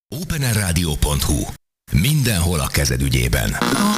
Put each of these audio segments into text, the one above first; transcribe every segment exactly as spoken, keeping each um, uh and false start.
openerradio pont hu. Mindenhol a kezed ügyében.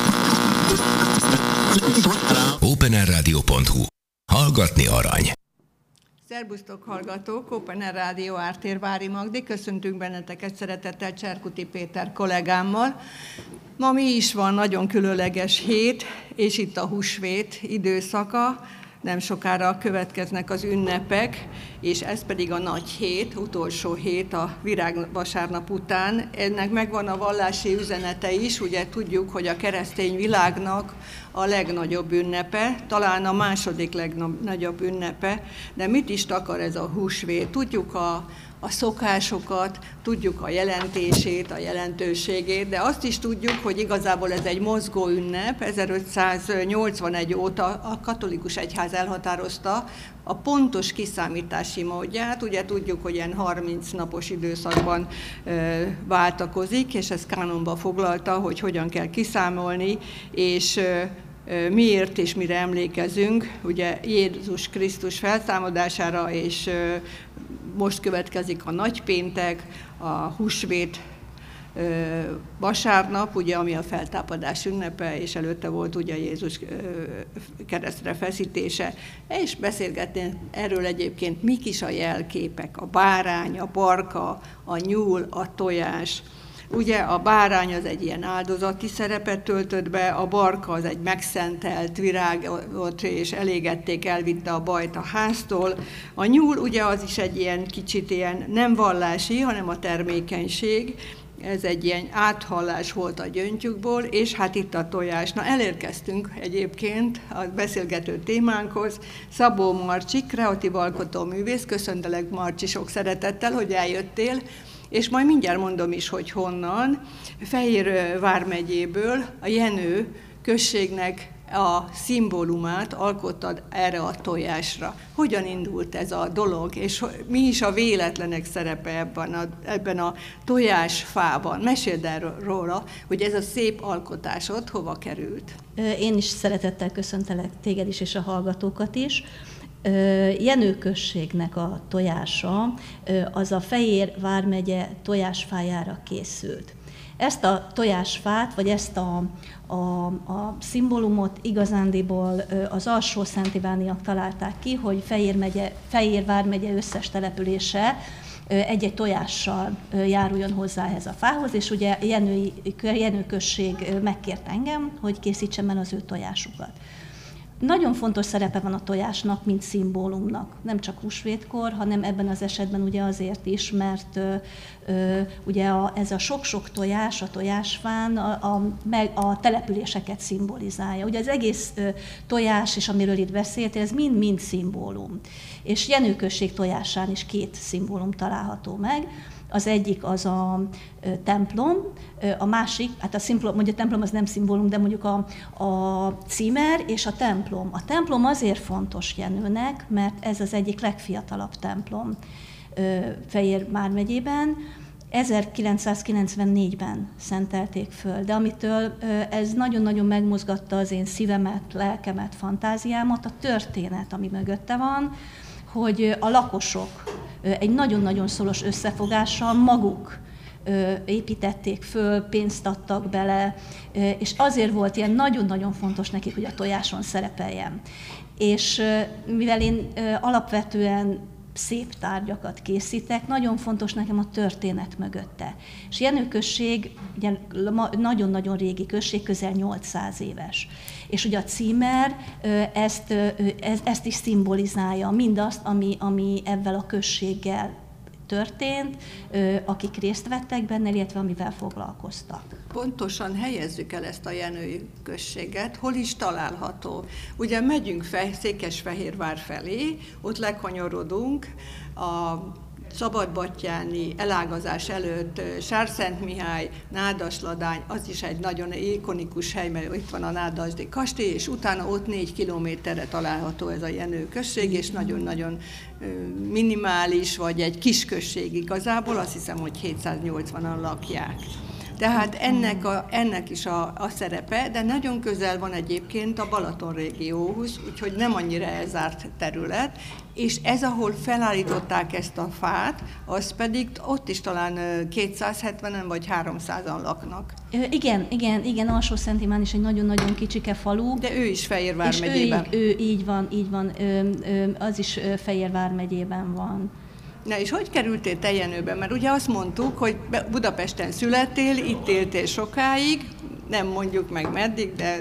openerradio pont hu. Hallgatni arany. Szerbusztok hallgatók, Opener Rádió Ártér Vári Magdi, köszöntünk benneteket szeretettel Cserkuti Péter kollégámmal. Ma mi is van nagyon különleges hét, és itt a húsvét időszaka, nem sokára következnek az ünnepek, és ez pedig a nagy hét, utolsó hét a virágvasárnap után. Ennek megvan a vallási üzenete is, ugye tudjuk, hogy a keresztény világnak a legnagyobb ünnepe, talán a második legnagyobb ünnepe, de mit is takar ez a húsvét? Tudjuk a a szokásokat, tudjuk a jelentését, a jelentőségét, de azt is tudjuk, hogy igazából ez egy mozgó ünnep. ezerötszáznyolcvanegy óta a katolikus egyház elhatározta a pontos kiszámítási módját. Ugye tudjuk, hogy ilyen harminc napos időszakban ö, váltakozik, és ez kánonba foglalta, hogy hogyan kell kiszámolni, és ö, miért és mire emlékezünk, ugye Jézus Krisztus feltámadására, és most következik a nagypéntek, a húsvét vasárnap, ugye, ami a feltámadás ünnepe, és előtte volt ugye Jézus keresztre feszítése, és beszélgetni erről egyébként, mik is a jelképek, a bárány, a barka, a nyúl, a tojás. Ugye a bárány az egy ilyen áldozati szerepet töltött be, a barka az egy megszentelt virágot, és elégették, elvitte a bajt a háztól. A nyúl ugye az is egy ilyen kicsit ilyen nem vallási, hanem a termékenység. Ez egy ilyen áthallás volt a gyöngyükból, és hát itt a tojás. Na, elérkeztünk egyébként a beszélgető témánkhoz. Szabó Marcsi, kreatív alkotóművész, köszöntelek Marcsi sok szeretettel, hogy eljöttél. És majd mindjárt mondom is, hogy honnan. Fehér vármegyéből a Jenő községnek a szimbólumát alkottad erre a tojásra. Hogyan indult ez a dolog, és mi is a véletlenek szerepe ebben a, ebben a tojásfában? Meséld el róla, hogy ez a szép alkotásod hova került. Én is szeretettel köszöntelek téged is, és a hallgatókat is. Jenő községnek a tojása az a Fehér vármegye tojásfájára készült. Ezt a tojásfát, vagy ezt a, a, a szimbólumot igazándiból az Alsó-Szent-Ivániak találták ki, hogy Fehér, megye, Fehér vármegye összes települése egy-egy tojással járuljon hozzá ehhez a fához, és ugye Jenői, Jenő község megkért engem, hogy készítsem el az ő tojásukat. Nagyon fontos szerepe van a tojásnak, mint szimbólumnak. Nem csak húsvétkor, hanem ebben az esetben ugye azért is, mert ö, ö, ugye a, ez a sok-sok tojás, a tojásfán a, a, a településeket szimbolizálja. Ugye az egész ö, tojás, és amiről itt beszéltél, ez mind-mind szimbólum. És Jenő község tojásán is két szimbólum található meg. Az egyik az a templom, a másik, hát a szimbólum, mondjuk a templom az nem szimbólum, de mondjuk a, a címer és a templom. A templom azért fontos Jenőnek, mert ez az egyik legfiatalabb templom Fehér vármegyében. ezerkilencszázkilencvennégyben szentelték föl, de amitől ez nagyon-nagyon megmozgatta az én szívemet, lelkemet, fantáziámat, a történet, ami mögötte van, hogy a lakosok egy nagyon-nagyon szoros összefogással maguk építették föl, pénzt adtak bele, és azért volt ilyen nagyon-nagyon fontos nekik, hogy a tojáson szerepeljen. És mivel én alapvetően szép tárgyakat készítek, nagyon fontos nekem a történet mögötte. És Jenő község ugye nagyon-nagyon régi község, közel nyolcszáz éves. És ugye a címer ezt, ezt is szimbolizálja, mindazt, ami, ami ebben a községgel történt, akik részt vettek benne, illetve amivel foglalkoztak. Pontosan helyezzük el ezt a jenői községet, hol is található. Ugye megyünk fe, Székesfehérvár felé, ott lekanyarodunk, a szabadbattyáni elágazás előtt Sárszentmihály, Nádasladány, az is egy nagyon ikonikus hely, mert itt van a Nádasdi kastély, és utána ott négy kilométerre található ez a Jenő község, és nagyon-nagyon minimális, vagy egy kis község igazából, azt hiszem, hogy hétszáznyolcvanan lakják. Tehát ennek, a, ennek is a, a szerepe, de nagyon közel van egyébként a Balaton régióhoz, úgyhogy nem annyira elzárt terület, és ez, ahol felállították ezt a fát, az pedig ott is talán kétszázhetvenen vagy háromszázan laknak. Igen, igen, igen, Alsó-Szentimán is egy nagyon-nagyon kicsike falu. De ő is Fejérvár megyében. És ő, ő így van, így van, az is Fejérvár megyében van. Na és hogy kerültél te Jenőbe? Mert ugye azt mondtuk, hogy Budapesten születtél, itt éltél sokáig, nem mondjuk meg meddig, de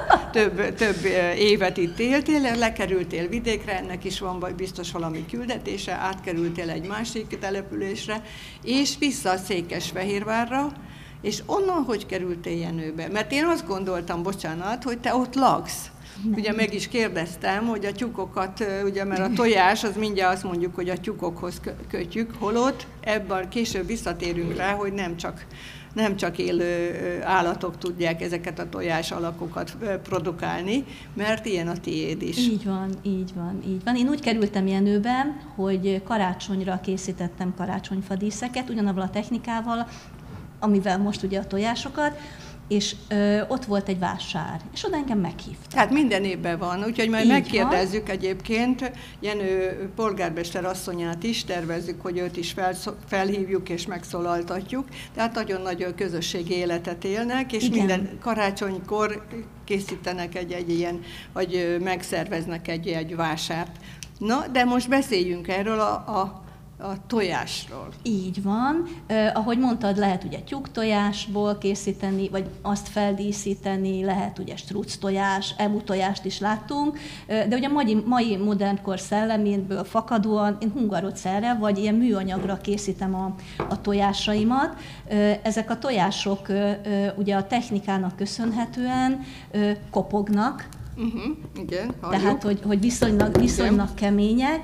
több, több évet itt éltél, lekerültél vidékre, ennek is van biztos valami küldetése, átkerültél egy másik településre, és vissza a Székesfehérvárra, és onnan hogy kerültél Jenőbe? Mert én azt gondoltam, bocsánat, hogy te ott laksz. Nem. Ugye meg is kérdeztem, hogy a tyúkokat, ugye, mert a tojás, az mindjárt azt mondjuk, hogy a tyúkokhoz kötjük, holott ebben később visszatérünk rá, hogy nem csak, nem csak élő állatok tudják ezeket a tojás alakokat produkálni, mert ilyen a tiéd is. Így van, így van, így van. Én úgy kerültem Jenőbe, hogy karácsonyra készítettem karácsonyfadíszeket, ugyanavval a technikával, amivel most ugye a tojásokat, és ö, ott volt egy vásár, és oda engem meghívtak. Tehát minden évben van, úgyhogy majd így megkérdezzük van. Egyébként Jenő polgármester asszonyát is, tervezzük, hogy őt is fel, felhívjuk és megszólaltatjuk. Tehát nagyon nagy közösségi életet élnek, és igen. Minden karácsonykor készítenek egy, egy ilyen, vagy megszerveznek egy, egy vásárt. Na, de most beszéljünk erről a, a a tojásról. Így van. Eh, ahogy mondtad, lehet ugye tyúktojásból készíteni, vagy azt feldíszíteni, lehet ugye struc tojás, emu tojást is láttunk, eh, de ugye a mai, mai modern kor szelleméből fakadóan én hungarocellre, vagy ilyen műanyagra készítem a, a tojásaimat. Eh, ezek a tojások eh, ugye a technikának köszönhetően eh, kopognak, Uh-huh, igen, tehát, hogy, hogy viszonylag, viszonylag kemények,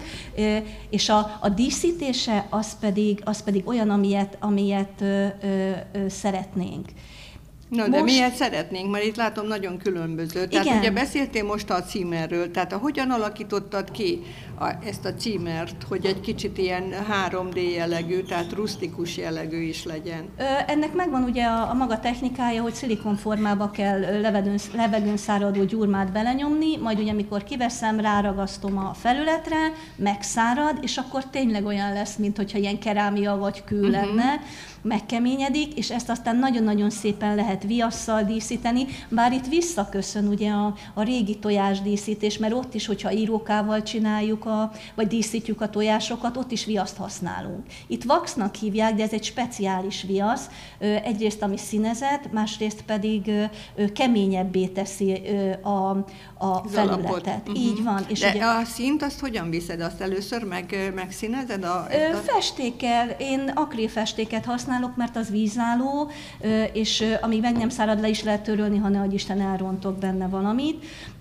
és a, a díszítése az pedig, az pedig olyan, amilyet, amilyet ö, ö, ö, szeretnénk. Na, de most... miért szeretnénk? Mert itt látom nagyon különböző. Tehát igen. Ugye beszéltél most a címerről, tehát a, hogyan alakítottad ki a, ezt a címert, hogy egy kicsit ilyen három dé jellegű, tehát rusztikus jellegű is legyen? Ö, ennek megvan ugye a, a maga technikája, hogy szilikonformába kell levegőn, levegőn száradó gyurmát belenyomni, majd ugye amikor kiveszem, ráragasztom a felületre, megszárad, és akkor tényleg olyan lesz, mint hogyha ilyen kerámia vagy kő uh-huh. lenne, megkeményedik, és ezt aztán nagyon-nagyon szépen lehet viasszal díszíteni, bár itt visszaköszön ugye a, a régi tojásdíszítés, mert ott is, hogyha írókával csináljuk, a, vagy díszítjük a tojásokat, ott is viaszt használunk. Itt waxnak hívják, de ez egy speciális viasz, egyrészt ami színezett, másrészt pedig keményebbé teszi a, a felületet. Uh-huh. Így van. És de ugye, a színt azt hogyan viszed? Azt először meg, megszínezed? A, a... Festékkel. Én akrélfestéket használok, mert az vízálló, és amíg meg nem szárad, le is lehet törölni, ha ne adj Isten elrontok benne valamit.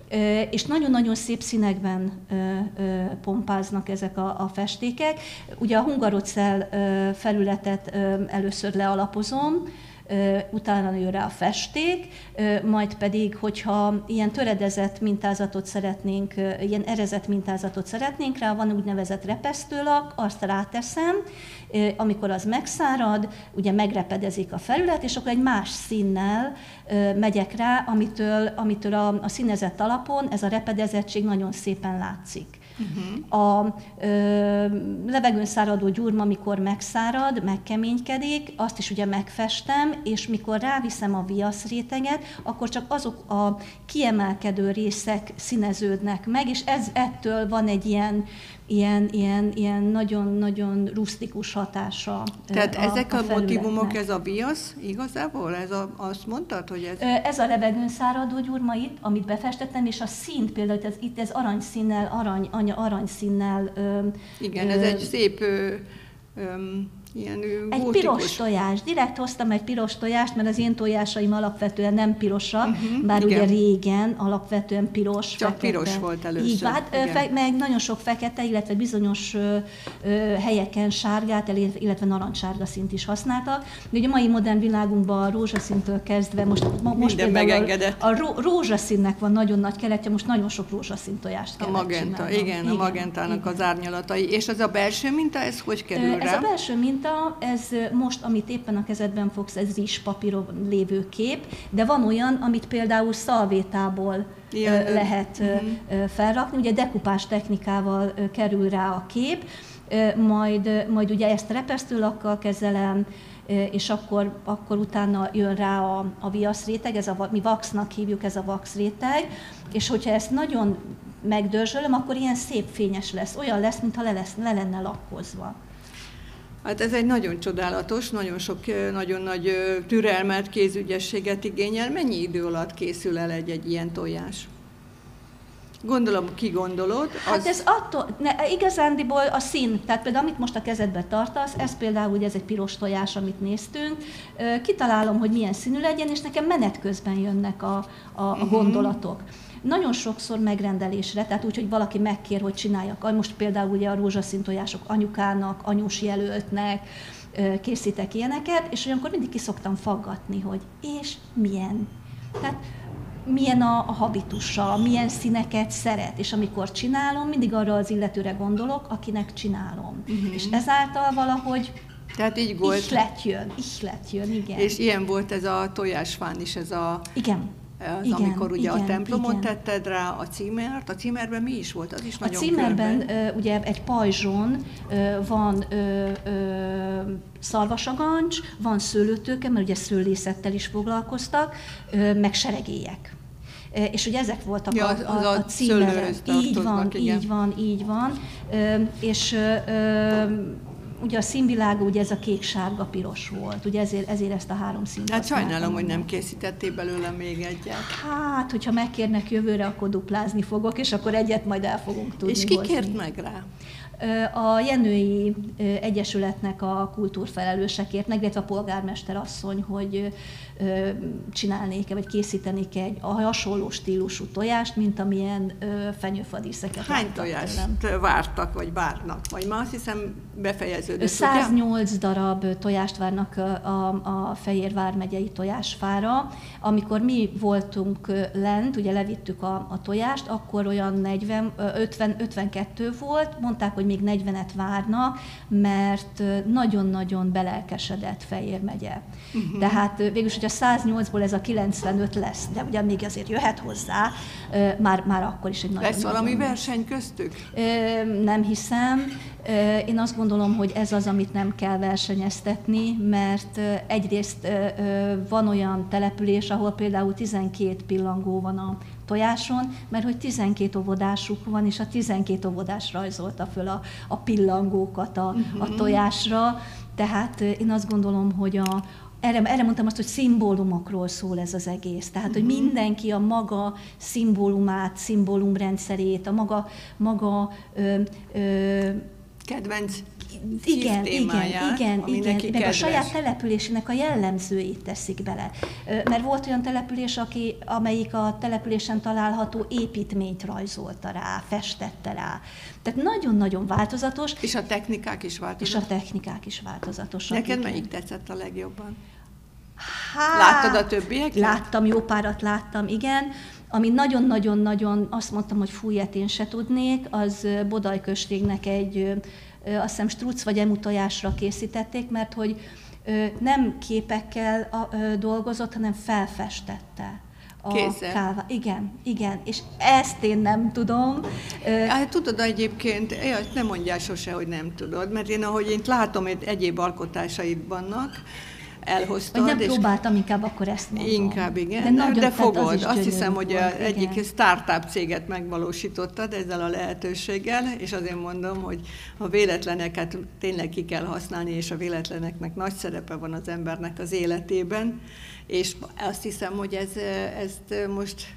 És nagyon-nagyon szép színekben pompáznak ezek a, a festékek. Ugye a hungarocell felületet először lealapozom, utána jön rá a festék, majd pedig, hogyha ilyen töredezett mintázatot szeretnénk, ilyen erezett mintázatot szeretnénk rá, van úgynevezett repesztőlak, azt ráteszem, amikor az megszárad, ugye megrepedezik a felület, és akkor egy más színnel megyek rá, amitől, amitől a, a színezett alapon ez a repedezettség nagyon szépen látszik. Uh-huh. A ö, levegőn száradó gyurma, mikor megszárad, megkeménykedik, azt is ugye megfestem, és mikor ráviszem a viaszréteget, akkor csak azok a kiemelkedő részek színeződnek meg, és ez ettől van egy ilyen ilyen, ilyen, ilyen nagyon-nagyon rusztikus hatása. Tehát a, ezek a, a motivumok, ez a viasz igazából? Ez a, azt mondtad, hogy ez... Ez a levegőn száradó gyurma itt, amit befestettem, és a színt például, ez, itt ez aranyszínnel, arany, aranyszínnel... Igen, ö, ez egy szép... Ö, ö, Ilyen egy gótikus. Piros tojás. Direkt hoztam egy piros tojást, mert az én tojásaim alapvetően nem pirosak, uh-huh, bár igen. ugye régen alapvetően piros, Csak fekete. piros volt először. Így van, fe, meg nagyon sok fekete, illetve bizonyos ö, ö, helyeken sárgát, illetve narancssárga színt is használtak. De ugye a mai modern világunkban a rózsaszíntől kezdve, most, most például a, a ró, rózsaszínnek van nagyon nagy keletje, most nagyon sok rózsaszín tojást kellett A magenta, igen, igen, a magentának igen. az árnyalatai. És az a belső minta, ez hogy kerül ez rá? A belső minta minta, ez most, amit éppen a kezedben fogsz, ez rizspapíron lévő kép, de van olyan, amit például szalvétából Ilyen, lehet uh-huh. felrakni, ugye dekupás technikával kerül rá a kép, majd, majd ugye ezt repesztőlakkal kezelem, és akkor, akkor utána jön rá a, a viaszréteg, ez a, mi waxnak hívjuk, ez a wax réteg, és hogyha ezt nagyon megdörzsölöm, akkor ilyen szép fényes lesz, olyan lesz, mintha le, lesz, le lenne lakkozva. Hát ez egy nagyon csodálatos, nagyon sok, nagyon nagy türelmet, kézügyességet igényel. Mennyi idő alatt készül el egy-egy ilyen tojás? Gondolom, ki gondolod? Az... Hát ez attól, ne, igazándiból a szín, tehát például amit most a kezedbe tartasz, ez például ugye ez egy piros tojás, amit néztünk, kitalálom, hogy milyen színű legyen, és nekem menet közben jönnek a, a, a uh-huh. gondolatok. Nagyon sokszor megrendelésre, tehát úgy, hogy valaki megkér, hogy csináljak. Most például ugye a rózsaszín tojások anyukának, anyós jelöltnek, készítek ilyeneket, és olyankor mindig ki szoktam faggatni, hogy és milyen. Tehát milyen a, a habitusa, milyen színeket szeret, és amikor csinálom, mindig arra az illetőre gondolok, akinek csinálom. Uh-huh. És ezáltal valahogy Tehát így volt. ihlet jön, ihlet jön, igen. És ilyen volt ez a tojásfán is, ez a... Igen. Az, igen, amikor ugye igen, a templomon igen. tetted rá a címert, a címerben mi is volt? Az is nagyon A címerben körbe. ugye egy pajzson van ö, ö, szarvasagancs, van szőlőtőke, mert ugye szőlészettel is foglalkoztak, ö, meg seregélyek. És ugye ezek voltak ja, a, a, a címerben. Így van, igen. így van, így van. Ö, és ö, ugye a színvilága ugye ez a kék-sárga-piros volt, ugye ezért, ezért ezt a három színt Hát sajnálom, hogy nem készítettél belőle még egyet. Hát, hogyha megkérnek jövőre, akkor duplázni fogok, és akkor egyet majd el fogunk tudni És ki hozni. kért meg rá? A Jenői Egyesületnek a kultúrfelelőse kért meg, illetve a polgármester asszony, hogy csinálnék-e, vagy készítenék egy a hasonló stílusú tojást, mint amilyen fenyőfadíszeket. Hány tojást tőlem. vártak, vagy várnak? Vagy ma azt hiszem befejeződött, száznyolc ugye? darab tojást várnak a, a Fejér vármegyei tojásfára. Amikor mi voltunk lent, ugye levittük a, a tojást, akkor olyan negyven, ötven, ötvenkettő volt, mondták, hogy még negyvenet várnak, mert nagyon-nagyon belelkesedett Fejér megye. Uh-huh. Tehát végülis, hogy a száznyolcból ez a kilencvenöt lesz, de ugye még azért jöhet hozzá, már, már akkor is egy nagyon... Lesz valami nagyon... verseny köztük? Nem hiszem. Én azt gondolom, hogy ez az, amit nem kell versenyeztetni, mert egyrészt van olyan település, ahol például tizenkét pillangó van a tojáson, mert hogy tizenkét óvodásuk van, és a tizenkét óvodás rajzolta föl a, a pillangókat a, uh-huh. a tojásra. Tehát én azt gondolom, hogy a Erre, erre mondtam azt, hogy szimbólumokról szól ez az egész. Tehát, hogy mindenki a maga szimbólumát, szimbólumrendszerét, a maga, maga ö, ö, kedvenc igen, igen, igen, igen, meg kedves. A saját településének a jellemzőit teszik bele. Mert volt olyan település, aki, amelyik a településen található építményt rajzolta rá, festette rá. Tehát nagyon-nagyon változatos. És a technikák is változatosak. És a technikák is változatosak. Neked igen. melyik tetszett a legjobban? Hát, láttad a többieket? Láttam, jó párat láttam, igen. Ami nagyon-nagyon-nagyon azt mondtam, hogy fúj, én se tudnék, az Bodajközségnek egy, azt hiszem, struc vagy emu tojásra készítették, mert hogy nem képekkel dolgozott, hanem felfestette. Kézzel. Káva. Igen, igen, és ezt én nem tudom. Hát tudod egyébként, nem mondjál sose, hogy nem tudod, mert én ahogy én látom, hogy egyéb alkotásaid vannak, elhoztad. Vagy nem próbáltam, inkább akkor ezt mondom. Inkább igen, de, nagyon, de fogod. Az azt hiszem, volt, hogy igen. egyik startup céget megvalósítottad ezzel a lehetőséggel, és azért mondom, hogy a véletleneket tényleg ki kell használni, és a véletleneknek nagy szerepe van az embernek az életében, és azt hiszem, hogy ez, ezt most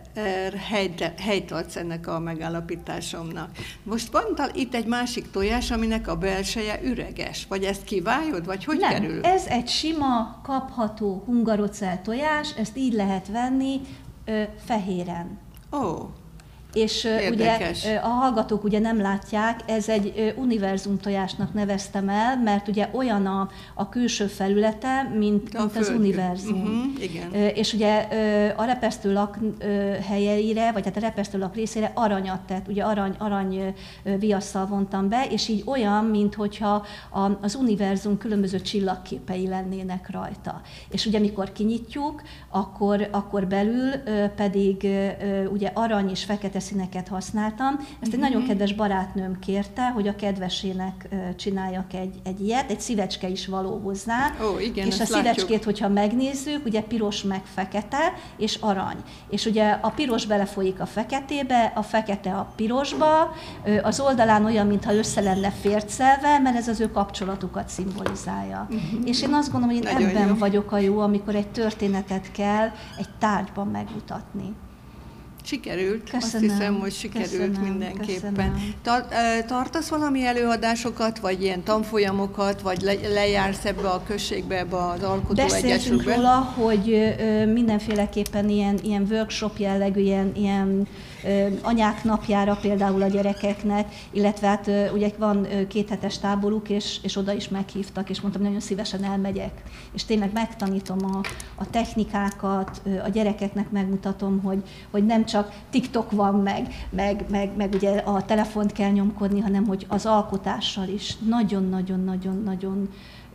helyt, helyt adsz ennek a megállapításomnak. Most van itt egy másik tojás, aminek a belseje üreges, vagy ezt kiválod, vagy hogy Nem, kerül? Ez egy sima, kapható hungarocell tojás, ezt így lehet venni ö, fehéren. Ó. És Érdekes. ugye a hallgatók ugye nem látják, ez egy univerzum tojásnak neveztem el, mert ugye olyan a, a külső felülete, mint, mint az univerzum. Uh-huh, igen. És ugye a repesztőlak helyeire, vagy hát a repesztőlak részére aranyat tett, ugye arany, arany viasszal vontam be, és így olyan, minthogyha az univerzum különböző csillagképei lennének rajta. És ugye mikor kinyitjuk, akkor, akkor belül pedig ugye arany és fekete színeket használtam. Ezt egy mm-hmm. nagyon kedves barátnőm kérte, hogy a kedvesének csináljak egy, egy ilyet, egy szívecske is való hozzá. Ó, igen, és a szívecskét, látjuk. Hogyha megnézzük, ugye piros meg fekete, és arany. És ugye a piros belefolyik a feketébe, a fekete a pirosba, az oldalán olyan, mintha össze lenne fércelve, mert ez az ő kapcsolatukat szimbolizálja. Mm-hmm. És én azt gondolom, hogy én nagyon ebben jó. vagyok a jó, amikor egy történetet kell egy tárgyban megmutatni. Sikerült, köszönöm, azt hiszem, hogy sikerült köszönöm, mindenképpen. Köszönöm. Tartasz valami előadásokat, vagy ilyen tanfolyamokat, vagy le, lejársz ebbe a községbe, ebbe az alkotóegyesületbe? Beszéltünk róla, hogy mindenféleképpen ilyen, ilyen workshop jellegű, ilyen, ilyen anyák napjára például a gyerekeknek, illetve hát ugye van kéthetes táboruk, és, és oda is meghívtak, és mondtam, nagyon szívesen elmegyek. És tényleg megtanítom a, a technikákat, a gyerekeknek megmutatom, hogy, hogy nem csak TikTok van meg, meg, meg, meg ugye a telefont kell nyomkodni, hanem hogy az alkotással is nagyon-nagyon-nagyon-nagyon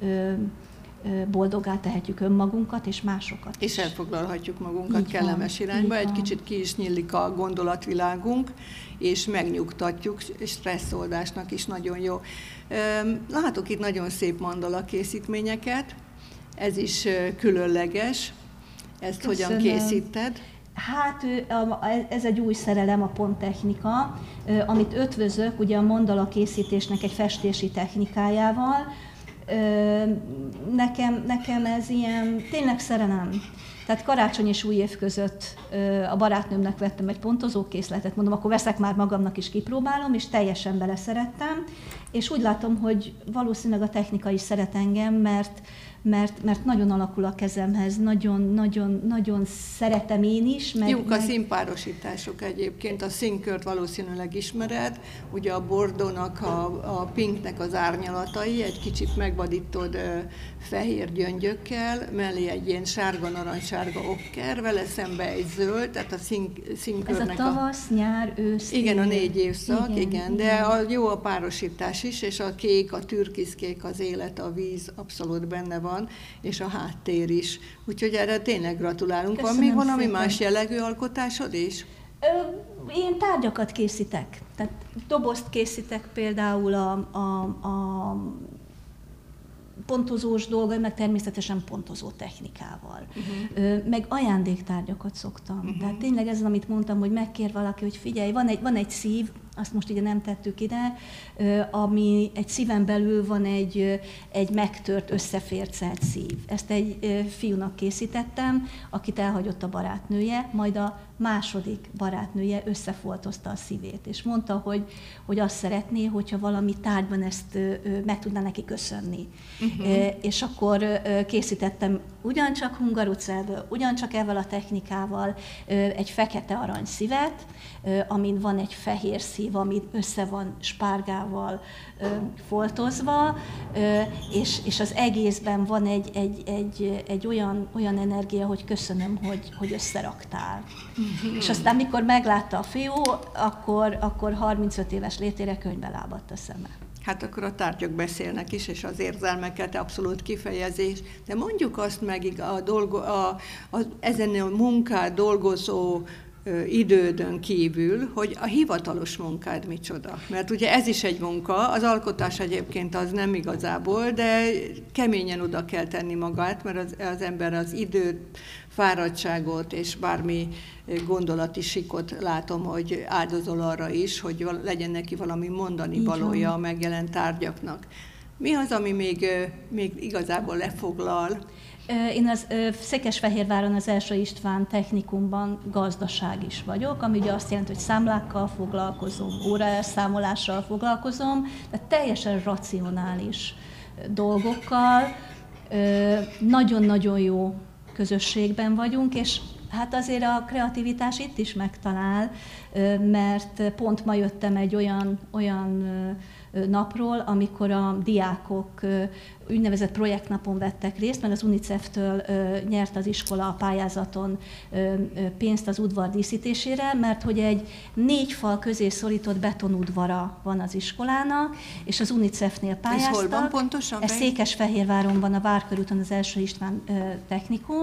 boldoggá tehetjük önmagunkat és másokat is. És elfoglalhatjuk magunkat így kellemes van, irányba, egy kicsit ki is nyílik a gondolatvilágunk, és megnyugtatjuk, és stresszoldásnak is nagyon jó. Látok itt nagyon szép mandala készítményeket, ez is különleges. Ezt köszönöm. Hogyan készíted? Hát ez egy új szerelem, a ponttechnika, amit ötvözök ugye a mandala készítésnek egy festési technikájával. Nekem, nekem ez ilyen tényleg szerelem. Tehát karácsony és új év között a barátnőmnek vettem egy pontozókészletet, mondom, akkor veszek már magamnak is, kipróbálom, és teljesen beleszerettem, és úgy látom, hogy valószínűleg a technika is szeret engem, mert Mert, mert nagyon alakul a kezemhez, nagyon-nagyon szeretem én is. Meg, Jók a meg... színpárosítások egyébként, a színkört valószínűleg ismered, ugye a bordónak, a, a pinknek az árnyalatai, egy kicsit megvadítod ö, fehér gyöngyökkel, mellé egy ilyen sárga-narancssárga okker, vele szembe egy zöld, tehát a szín, színkörnek ez a tavasz, a... nyár, ősz, igen, a négy évszak, igen, igen, igen, de a, jó a párosítás is, és a kék, a türkiszkék, az élet, a víz abszolút benne van, és a háttér is. Úgyhogy erre tényleg gratulálunk. Köszönöm van még valami szépen. más jellegű alkotásod is? Ö, én tárgyakat készítek. Tehát dobozt készítek például a, a, a pontozós dolgai, meg természetesen pontozó technikával. Uh-huh. Meg ajándéktárgyakat szoktam. Uh-huh. Tehát tényleg ez az, amit mondtam, hogy megkér valaki, hogy figyelj, van egy, van egy szív, azt most ugye nem tettük ide, ami egy szíven belül van egy, egy megtört, összefércelt szív. Ezt egy fiúnak készítettem, akit elhagyott a barátnője, majd a második barátnője összefoltozta a szívét, és mondta, hogy, hogy azt szeretné, hogyha valami tárgyban ezt meg tudná neki köszönni. Uh-huh. És akkor készítettem ugyancsak hungarucelből, ugyancsak ezzel a technikával egy fekete arany szívet, amin van egy fehér szív, ami össze van spárgával ö, foltozva, ö, és, és az egészben van egy, egy, egy, egy olyan, olyan energia, hogy köszönöm, hogy, hogy összeraktál. Mm-hmm. És aztán, mikor meglátta a fiú, akkor, akkor harmincöt éves létére könyvbe lábadt a szeme. Hát akkor a tárgyak beszélnek is, és az érzelmeket abszolút kifejezés. De mondjuk azt meg a dolgo, a, a, ezen a munkát dolgozó idődön kívül, hogy a hivatalos munkád micsoda. Mert ugye ez is egy munka, az alkotás egyébként az nem igazából, de keményen oda kell tenni magát, mert az, az ember az időt, fáradtságot és bármi gondolati sikot látom, hogy áldozol arra is, hogy legyen neki valami mondani valója a megjelent tárgyaknak. Mi az, ami még, még igazából lefoglal? Én az Székesfehérváron az Első István Technikumban gazdaság is vagyok, ami ugye azt jelenti, hogy számlákkal foglalkozom, óraelszámolással foglalkozom, de teljesen racionális dolgokkal, nagyon-nagyon jó közösségben vagyunk, és Hát azért a kreativitás itt is megtalál, mert pont ma jöttem egy olyan, olyan napról, amikor a diákok úgynevezett projektnapon vettek részt, mert az UNICEF-től nyert az iskola a pályázaton pénzt az udvar díszítésére, mert hogy egy négy fal közé szorított betonudvara van az iskolának, és az UNICEF-nél pályáztak. Ez hol van pontosan? Ez Székesfehérváron van, a Várkörúton, az Első István technikum,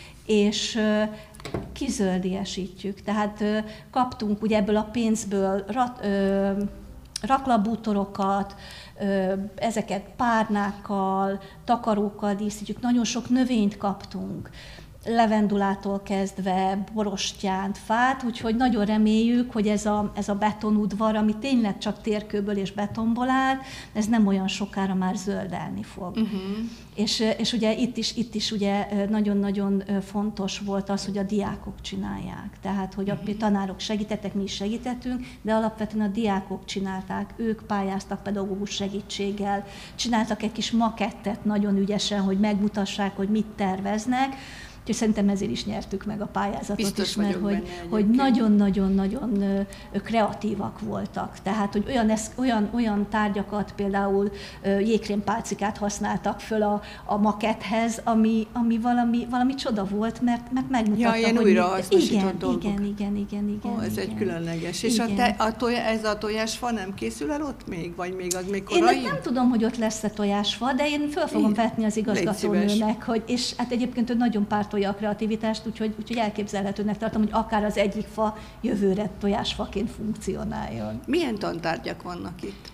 és kizöldiesítjük. Tehát kaptunk ugye ebből a pénzből rat, ö, raklapbútorokat, ö, ezeket párnákkal, takarókkal díszítjük, nagyon sok növényt kaptunk, levendulától kezdve borostyánt, fát, úgyhogy nagyon reméljük, hogy ez a, ez a betonudvar, ami tényleg csak térkőből és betonból áll, ez nem olyan sokára már zöldelni fog. Uh-huh. És, és ugye itt is, itt is ugye nagyon-nagyon fontos volt az, hogy a diákok csinálják. Tehát, hogy a tanárok segítettek, mi is segítettünk, de alapvetően a diákok csinálták, ők pályáztak pedagógus segítséggel, csináltak egy kis makettet nagyon ügyesen, hogy megmutassák, hogy mit terveznek. Úgyhogy szerintem ezért is nyertük meg a pályázatot. Biztos is, mert hogy, benne, hogy nagyon-nagyon-nagyon kreatívak voltak. Tehát, hogy olyan, olyan, olyan tárgyakat, például jégkrémpálcikát használtak föl a, a makethez, ami, ami valami, valami csoda volt, mert, mert megmutatta, ja, ilyen hogy... újrahasznosított dolgok. Igen, igen, igen, igen. Ó, ez igen. egy különleges. És a te, a toja, ez a tojásfa nem készül el ott még? Vagy még az még korai? Én nem tudom, hogy ott lesz-e tojásfa, de én föl fogom vetni az igazgatónőnek, hogy, és hát egyébként ő nagyon pártolja a kreativitást, úgyhogy, úgyhogy elképzelhetőnek tartom, hogy akár az egyik fa jövőre tojásfaként funkcionáljon. Milyen tantárgyak vannak itt?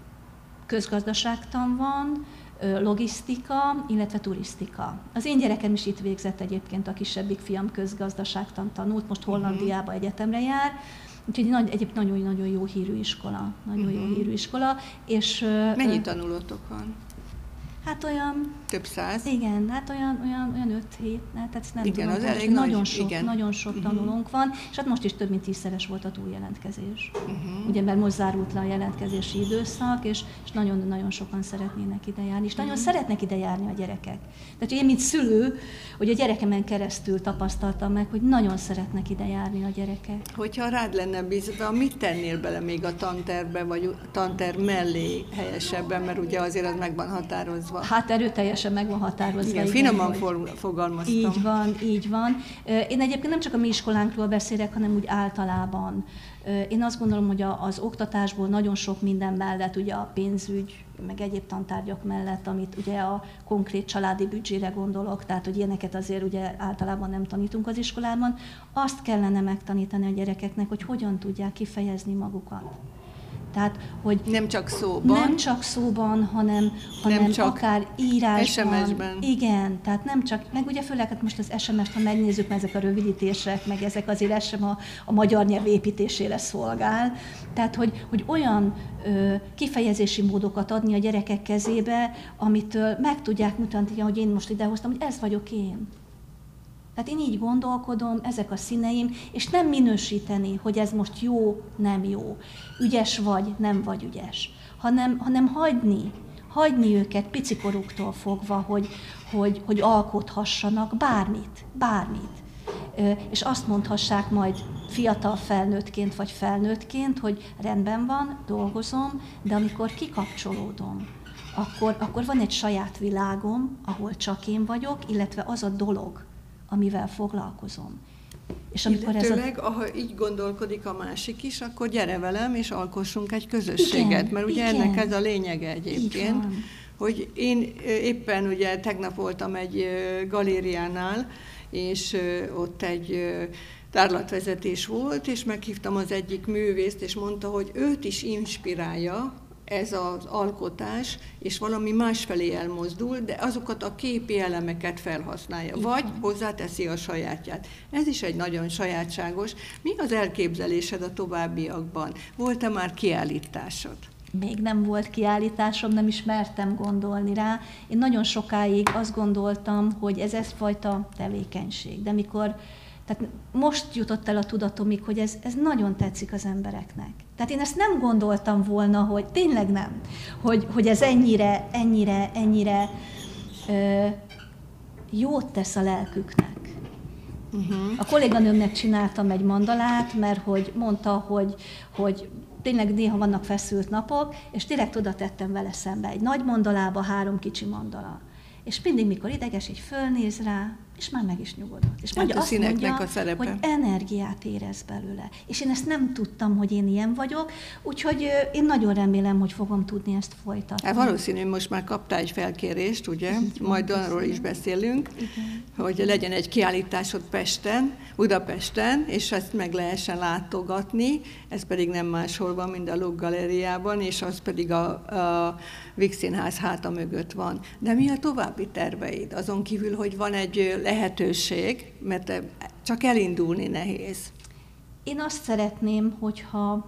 Közgazdaságtan van, logisztika, illetve turisztika. Az én gyerekem is itt végzett egyébként, a kisebbik fiam közgazdaságtan tanult, most Hollandiába egyetemre jár, úgyhogy nagy, egyébként nagyon-nagyon jó hírű iskola, nagyon uh-huh. jó hírű iskola. És, mennyi tanulótok van? Hát olyan... Több száz? Igen, hát olyan, olyan, olyan öt-hét, tehát nem igen, tudom, az elég nagyon nagy, sok, igen. nagyon sok uh-huh. tanulónk van, és hát most is több mint tízszeres volt a túljelentkezés. Uh-huh. Ugye, mert most zárult le a jelentkezési időszak, és, és nagyon-nagyon sokan szeretnének ide járni, és uh-huh. nagyon szeretnek ide járni a gyerekek. Tehát én, mint szülő, hogy a gyerekemen keresztül tapasztaltam meg, hogy nagyon szeretnek ide járni a gyerekek. Hogyha rád lenne bízva, mit tennél bele még a tantervbe, vagy a tanterv mellé helyesebben, mert ugye azért az meg van határozva. Hát erőteljesen meg van határozva. Igen, igen, finoman hogy... fogalmaztam. Így van, így van. Én egyébként nem csak a mi iskolánkról beszélek, hanem úgy általában. Én azt gondolom, hogy az oktatásból nagyon sok minden mellett, ugye a pénzügy, meg egyéb tantárgyak mellett, amit ugye a konkrét családi büdzsére gondolok, tehát hogy ilyeneket azért ugye általában nem tanítunk az iskolában, azt kellene megtanítani a gyerekeknek, hogy hogyan tudják kifejezni magukat. Tehát, hogy nem csak szóban, nem csak szóban, hanem, hanem nem csak akár írásban. es em es-ben. Igen, tehát nem csak, meg ugye főleg hát most az es em es-t, ha megnézzük, mert ezek a rövidítések, meg ezek azért sem a, a magyar nyelv építésére szolgál. Tehát, hogy, hogy olyan ö, kifejezési módokat adni a gyerekek kezébe, amitől meg tudják mutatni, hogy én most idehoztam, hogy ez vagyok én. Tehát én így gondolkodom, ezek a színeim, és nem minősíteni, hogy ez most jó, nem jó, ügyes vagy, nem vagy ügyes, hanem, hanem hagyni, hagyni őket picikoruktól fogva, hogy, hogy, hogy alkothassanak bármit, bármit. És azt mondhassák majd fiatal felnőttként vagy felnőttként, hogy rendben van, dolgozom, de amikor kikapcsolódom, akkor, akkor van egy saját világom, ahol csak én vagyok, illetve az a dolog, amivel foglalkozom. És amikor illetőleg, ez a... ha így gondolkodik a másik is, akkor gyere velem, és alkossunk egy közösséget, igen, mert ugye igen. ennek ez a lényege egyébként, hogy én éppen ugye tegnap voltam egy galériánál, és ott egy tárlatvezetés volt, és meghívtam az egyik művészt, és mondta, hogy őt is inspirálja ez az alkotás, és valami másfelé elmozdul, de azokat a képi elemeket felhasználja, vagy hozzáteszi a sajátját. Ez is egy nagyon sajátságos. Mi az elképzelésed a továbbiakban? Volt-e már kiállításod? Még nem volt kiállításom, nem is mertem gondolni rá. Én nagyon sokáig azt gondoltam, hogy ez egyfajta tevékenység, de mikor Tehát most jutott el a tudatomig, hogy ez, ez nagyon tetszik az embereknek. Tehát én ezt nem gondoltam volna, hogy tényleg nem, hogy, hogy ez ennyire, ennyire, ennyire ö, jót tesz a lelküknek. Uh-huh. A kolléganőmnek csináltam egy mandalát, mert hogy mondta, hogy, hogy tényleg néha vannak feszült napok, és direkt oda tettem vele szembe egy nagy mandalába, három kicsi mandala. És mindig, mikor ideges, így fölnéz rá, és már meg is nyugodott. És hát mondja, azt mondja, a szerepe. hogy energiát érez belőle. És én ezt nem tudtam, hogy én ilyen vagyok, úgyhogy én nagyon remélem, hogy fogom tudni ezt folytatni. Hát valószínű, most már kaptál egy felkérést, ugye? Így majd van, arról is beszélünk, igen. Hogy legyen egy kiállításod Pesten, Budapesten, és ezt meg lehessen látogatni, ez pedig nem máshol van, mint a Luk Galériában, és az pedig a, a Víg Színház háta mögött van. De mi a további terveid? Azon kívül, hogy van egy lehetőség, mert csak elindulni nehéz. Én azt szeretném, hogyha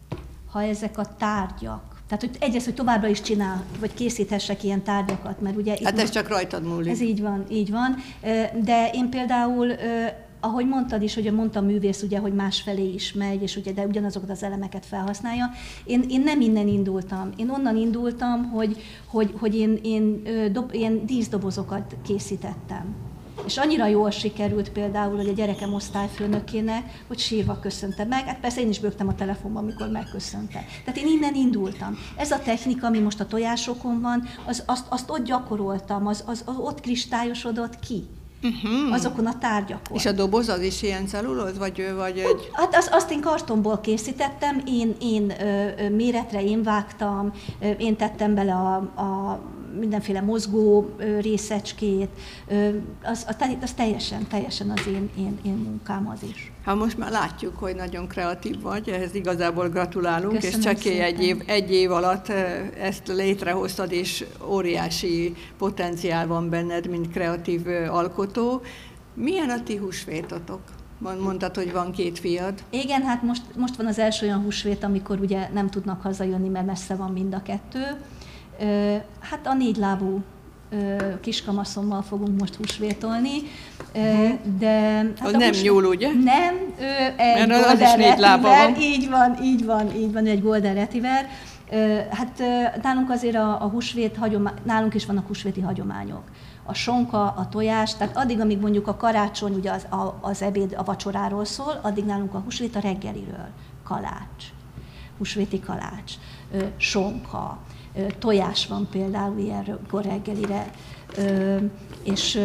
ha ezek a tárgyak, tehát hogy egyrészt, hogy továbbra is csinál, vagy készíthessek ilyen tárgyakat, mert ugye... Hát ez csak rajtad múlik. Ez így van, így van. De én például, ahogy mondtad is, hogy mondta a művész, ugye, hogy másfelé is megy, és ugye, de ugyanazokat az elemeket felhasználja. Én, én nem innen indultam. Én onnan indultam, hogy, hogy, hogy én, én dob, ilyen díszdobozokat készítettem. És annyira jól sikerült például, hogy a gyerekem osztályfőnökének, hogy sírva köszönte meg. Hát persze én is bögtem a telefonban, amikor megköszönte. Tehát én innen indultam. Ez a technika, ami most a tojásokon van, az, azt, azt ott gyakoroltam, az, az, az ott kristályosodott ki. Uh-huh. Azokon a tárgyakon. És a doboz az is ilyen cellulóz, vagy, vagy egy... Hát az, azt én kartonból készítettem, én, én ö, méretre én vágtam, ö, én tettem bele a, a mindenféle mozgó ö, részecskét, ö, az, az teljesen, teljesen az én, én, én munkám az is. Hát most már látjuk, hogy nagyon kreatív vagy, ehhez igazából gratulálunk, köszönöm, és csekély egy év, egy év alatt ezt létrehoztad, és óriási potenciál van benned, mint kreatív alkotó. Milyen a ti húsvétotok? Mondtad, hogy van két fiad. Igen, hát most, most van az első olyan húsvét, amikor ugye nem tudnak hazajönni, mert messze van mind a kettő. Hát a négylábú kiskamaszommal fogunk most húsvétolni, de... Hát az nem hús... nyúl, ugye? Nem, egy mert az is négy lába van. Így van, így van, így van, egy golden retriever. Hát nálunk azért a, a húsvét hagyomány, nálunk is vannak húsvéti hagyományok. A sonka, a tojás, tehát addig, amíg mondjuk a karácsony, ugye az, a, az ebéd a vacsoráról szól, addig nálunk a húsvét a reggeliről. Kalács, húsvéti kalács, sonka, tojás van például ilyenkor reggelire, és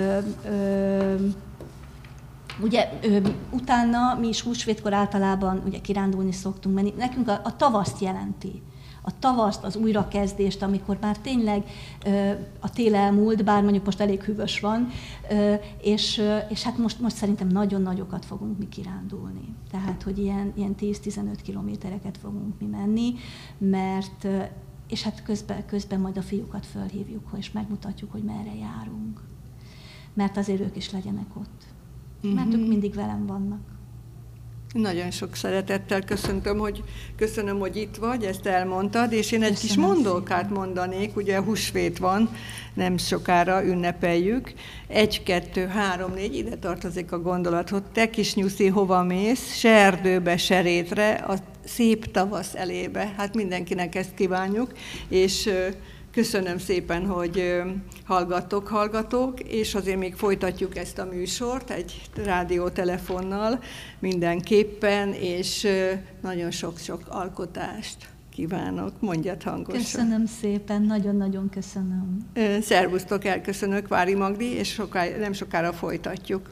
ugye utána mi is húsvétkor általában ugye kirándulni szoktunk menni. Nekünk a, a tavaszt jelenti. A tavaszt, az újrakezdést, amikor már tényleg a tél elmúlt, bár mondjuk most elég hűvös van, és, és hát most, most szerintem nagyon nagyokat fogunk mi kirándulni. Tehát, hogy ilyen, ilyen tíz-tizenöt kilométereket fogunk mi menni, mert és hát közben, közben majd a fiúkat fölhívjuk, és megmutatjuk, hogy merre járunk. Mert azért ők is legyenek ott. Mert uh-huh. ők mindig velem vannak. Nagyon sok szeretettel köszöntöm, hogy köszönöm, hogy itt vagy, ezt elmondtad, és én egy köszönöm kis mondókát szépen. mondanék, ugye húsvét van, nem sokára ünnepeljük. Egy, kettő, három, négy, ide tartozik a gondolat, hogy te kis nyuszi, hova mész, se erdőbe, se rétre, a szép tavasz elébe. Hát mindenkinek ezt kívánjuk, és köszönöm szépen, hogy hallgattok, hallgatók, és azért még folytatjuk ezt a műsort egy rádiótelefonnal mindenképpen, és nagyon sok-sok alkotást kívánok. Mondjad hangosan. Köszönöm szépen, nagyon-nagyon köszönöm. Szervusztok, elköszönök, Vári Magdi, és soká, nem sokára folytatjuk.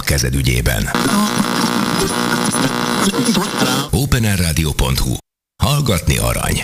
kezed ügyében. openerradio pont hu. Hallgatni arany.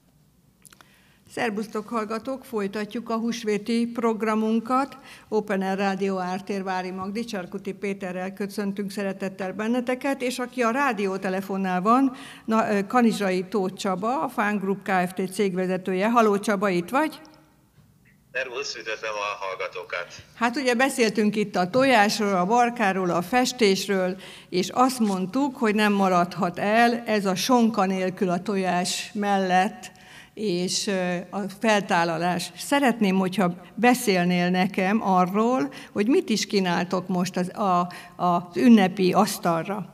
Szerbusztok hallgatók, folytatjuk a húsvéti programunkat. Open Air Rádió Ártér Vári Magdi, Csarkuti Péterrel köszöntünk szeretettel benneteket, és aki a rádiótelefonnál van, na, Kanizsai Tóth Csaba, a Fán Group Kft. Cégvezetője. Halló Csaba, itt vagy? Szervusz, üdvözlöm a hallgatókat! Hát ugye beszéltünk itt a tojásról, a barkáról, a festésről, és azt mondtuk, hogy nem maradhat el ez a sonka nélkül a tojás mellett, és a feltálalás. Szeretném, hogyha beszélnél nekem arról, hogy mit is kínáltok most az, a, az ünnepi asztalra.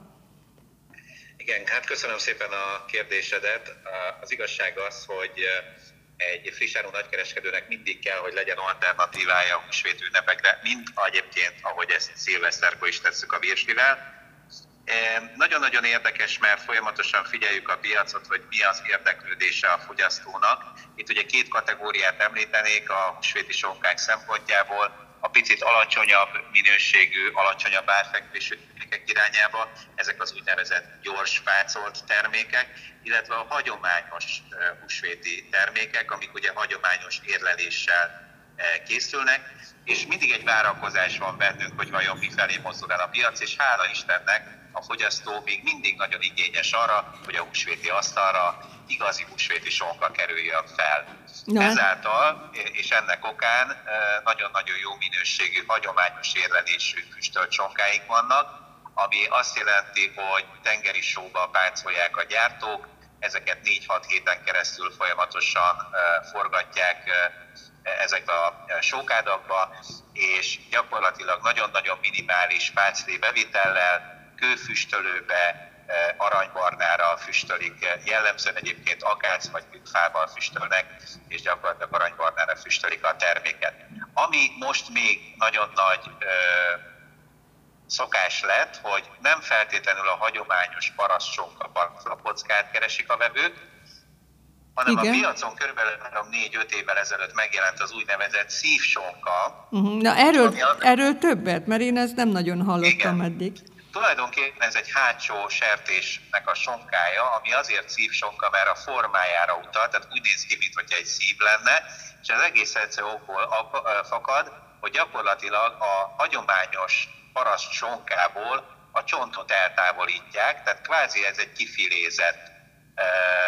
Igen, hát köszönöm szépen a kérdésedet. Az igazság az, hogy egy frissáró nagykereskedőnek mindig kell, hogy legyen alternatívája a húsvét ünnepekre, mint egyébként, ahogy ezt szilveszterkor is tesszük a virslivel. Nagyon-nagyon érdekes, mert folyamatosan figyeljük a piacot, hogy mi az érdeklődése a fogyasztónak. Itt ugye két kategóriát említenék a húsvéti sonkák szempontjából, a picit alacsonyabb minőségű, alacsonyabb árfekvésű termékek irányába, ezek az úgynevezett gyors pácolt termékek, illetve a hagyományos húsvéti termékek, amik ugye hagyományos érleléssel készülnek, és mindig egy várakozás van bennünk, hogy vajon mifelé mozdul el a piac, és hála Istennek a fogyasztó még mindig nagyon igényes arra, hogy a húsvéti asztalra igazi húsvéti sonka kerüljön fel. No. Ezáltal, és ennek okán nagyon-nagyon jó minőségű, hagyományos érlelésű füstölt sonkáink vannak, ami azt jelenti, hogy tengeri sóba pácolják a gyártók, ezeket négy-hat héten keresztül folyamatosan forgatják ezek a sókádakba, és gyakorlatilag nagyon-nagyon minimális páclé bevitellel, kőfüstölőbe, aranybarnára füstölik, jellemzően egyébként akác vagy fával füstölnek, és gyakorlatilag aranybarnára füstölik a terméket. Ami most még nagyon nagy ö, szokás lett, hogy nem feltétlenül a hagyományos parasztsonka barlakockát keresik a vevők, hanem igen, a piacon körülbelül négy-öt évvel ezelőtt megjelent az úgynevezett szívsonka. Uh-huh. Na erről, a... erről többet, mert én ezt nem nagyon hallottam igen. eddig. Tulajdonképpen ez egy hátsó sertésnek a sonkája, ami azért szívsonka, mert a formájára utal, tehát úgy néz ki, mintha egy szív lenne, és az egész egyszerű okból fakad, hogy gyakorlatilag a hagyományos paraszt sonkából a csontot eltávolítják, tehát kvázi ez egy kifilézett e,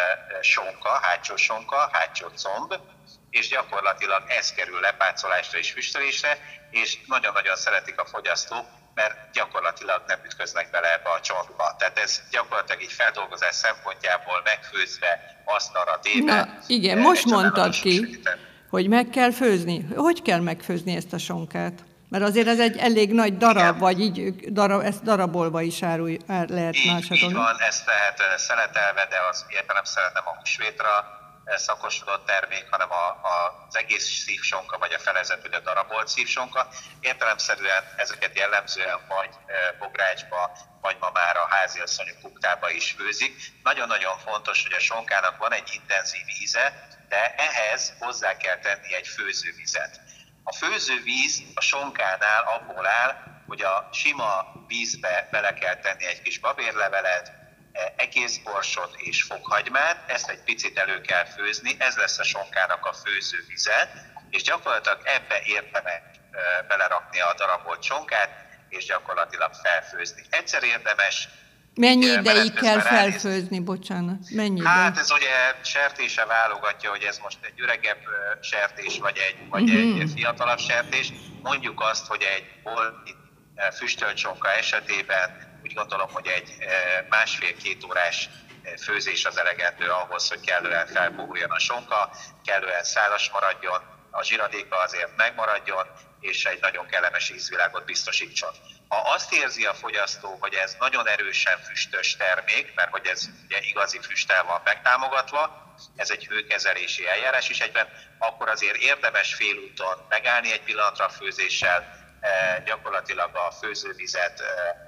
sonka, hátsó sonka, hátsó comb, és gyakorlatilag ez kerül lepácolásra és füstölésre, és nagyon-nagyon szeretik a fogyasztók, mert gyakorlatilag nem ütköznek bele ebbe a csontba. Tehát ez gyakorlatilag egy feldolgozás szempontjából megfőzve, asztalra téve. Na, igen, most mondtad ki, hogy meg kell főzni. Hogy kell megfőzni ezt a sonkát? Mert azért ez egy elég nagy darab, igen, vagy így darab, ezt darabolva is árul, lehet másodon. Így van, ezt lehet szeletelve, de az értelemszerűen nem a húsvétra szakosodott termék, hanem a, a, az egész szívsonka, vagy a felezett, vagy a darabolt szívsonka. Értelemszerűen ezeket jellemzően vagy bográcsba, vagy ma már a háziasszonyok kuktába is főzik. Nagyon-nagyon fontos, hogy a sonkának van egy intenzív íze, de ehhez hozzá kell tenni egy főzővizet. A főzővíz a sonkánál abból áll, hogy a sima vízbe bele kell tenni egy kis babérlevelet, egészborsot és fokhagymát, ezt egy picit elő kell főzni, ez lesz a sonkának a főzővize, és gyakorlatilag ebbe érdemes belerakni a darabolt sonkát, és gyakorlatilag felfőzni. Egyszer érdemes... Mennyi ideig kell felfőzni, bocsánat? Mennyi hát ideig? Ez ugye sertése válogatja, hogy ez most egy öregebb sertés, vagy egy, vagy mm-hmm. egy fiatalabb sertés. Mondjuk azt, hogy egy bolti füstölt sonka esetében úgy gondolom, hogy egy másfél-két órás főzés az elegendő ahhoz, hogy kellően felpuhuljon a sonka, kellően szálas maradjon, a zsiradéka azért megmaradjon, és egy nagyon kellemes ízvilágot biztosítson. Ha azt érzi a fogyasztó, hogy ez nagyon erősen füstös termék, mert hogy ez ugye igazi füsttel van megtámogatva, ez egy hőkezelési eljárás is egyben, akkor azért érdemes félúton megállni egy pillanatra a főzéssel, gyakorlatilag a főzővizet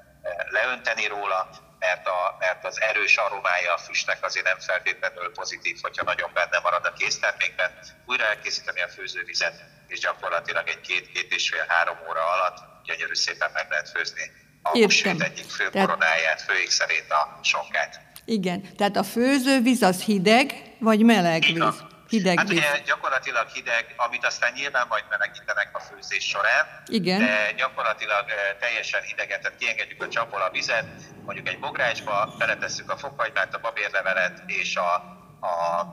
leönteni róla, mert, a, mert az erős aromája a füstnek azért nem feltétlenül pozitív, hogyha nagyon benne marad a késztermékben. Újra elkészíteni a főzővizet, és gyakorlatilag egy két-két és fél-három óra alatt gyönyörű szépen meg lehet főzni a húsvét egyik fő tehát... koronáját, főékszerét, a sonkát. Igen, tehát a főzővíz az hideg, vagy meleg víz? Hideg hát víz. ugye gyakorlatilag hideg, amit aztán nyilván majd melegítenek a főzés során, igen. De gyakorlatilag teljesen hideget, tehát kiengedjük a csapból a vizet, mondjuk egy bográcsba, beletesszük a fokhagymát, a babérlevelet és a, a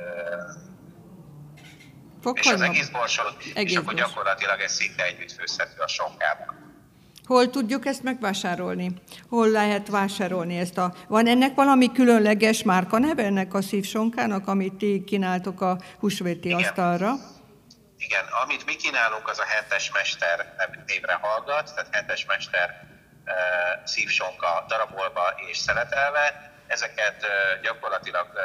és az egész borsot, egész és akkor bors. Gyakorlatilag ez szinte együtt főzhető a sonkában. Hol tudjuk ezt megvásárolni? Hol lehet vásárolni ezt a... Van ennek valami különleges márkaneve ennek a szívsonkának, amit ti kínáltok a húsvéti Igen. asztalra? Igen, amit mi kínálunk, az a Hentes Mester névre hallgat, tehát Hentes Mester uh, szívsonka darabolva és szeletelve. Ezeket uh, gyakorlatilag uh,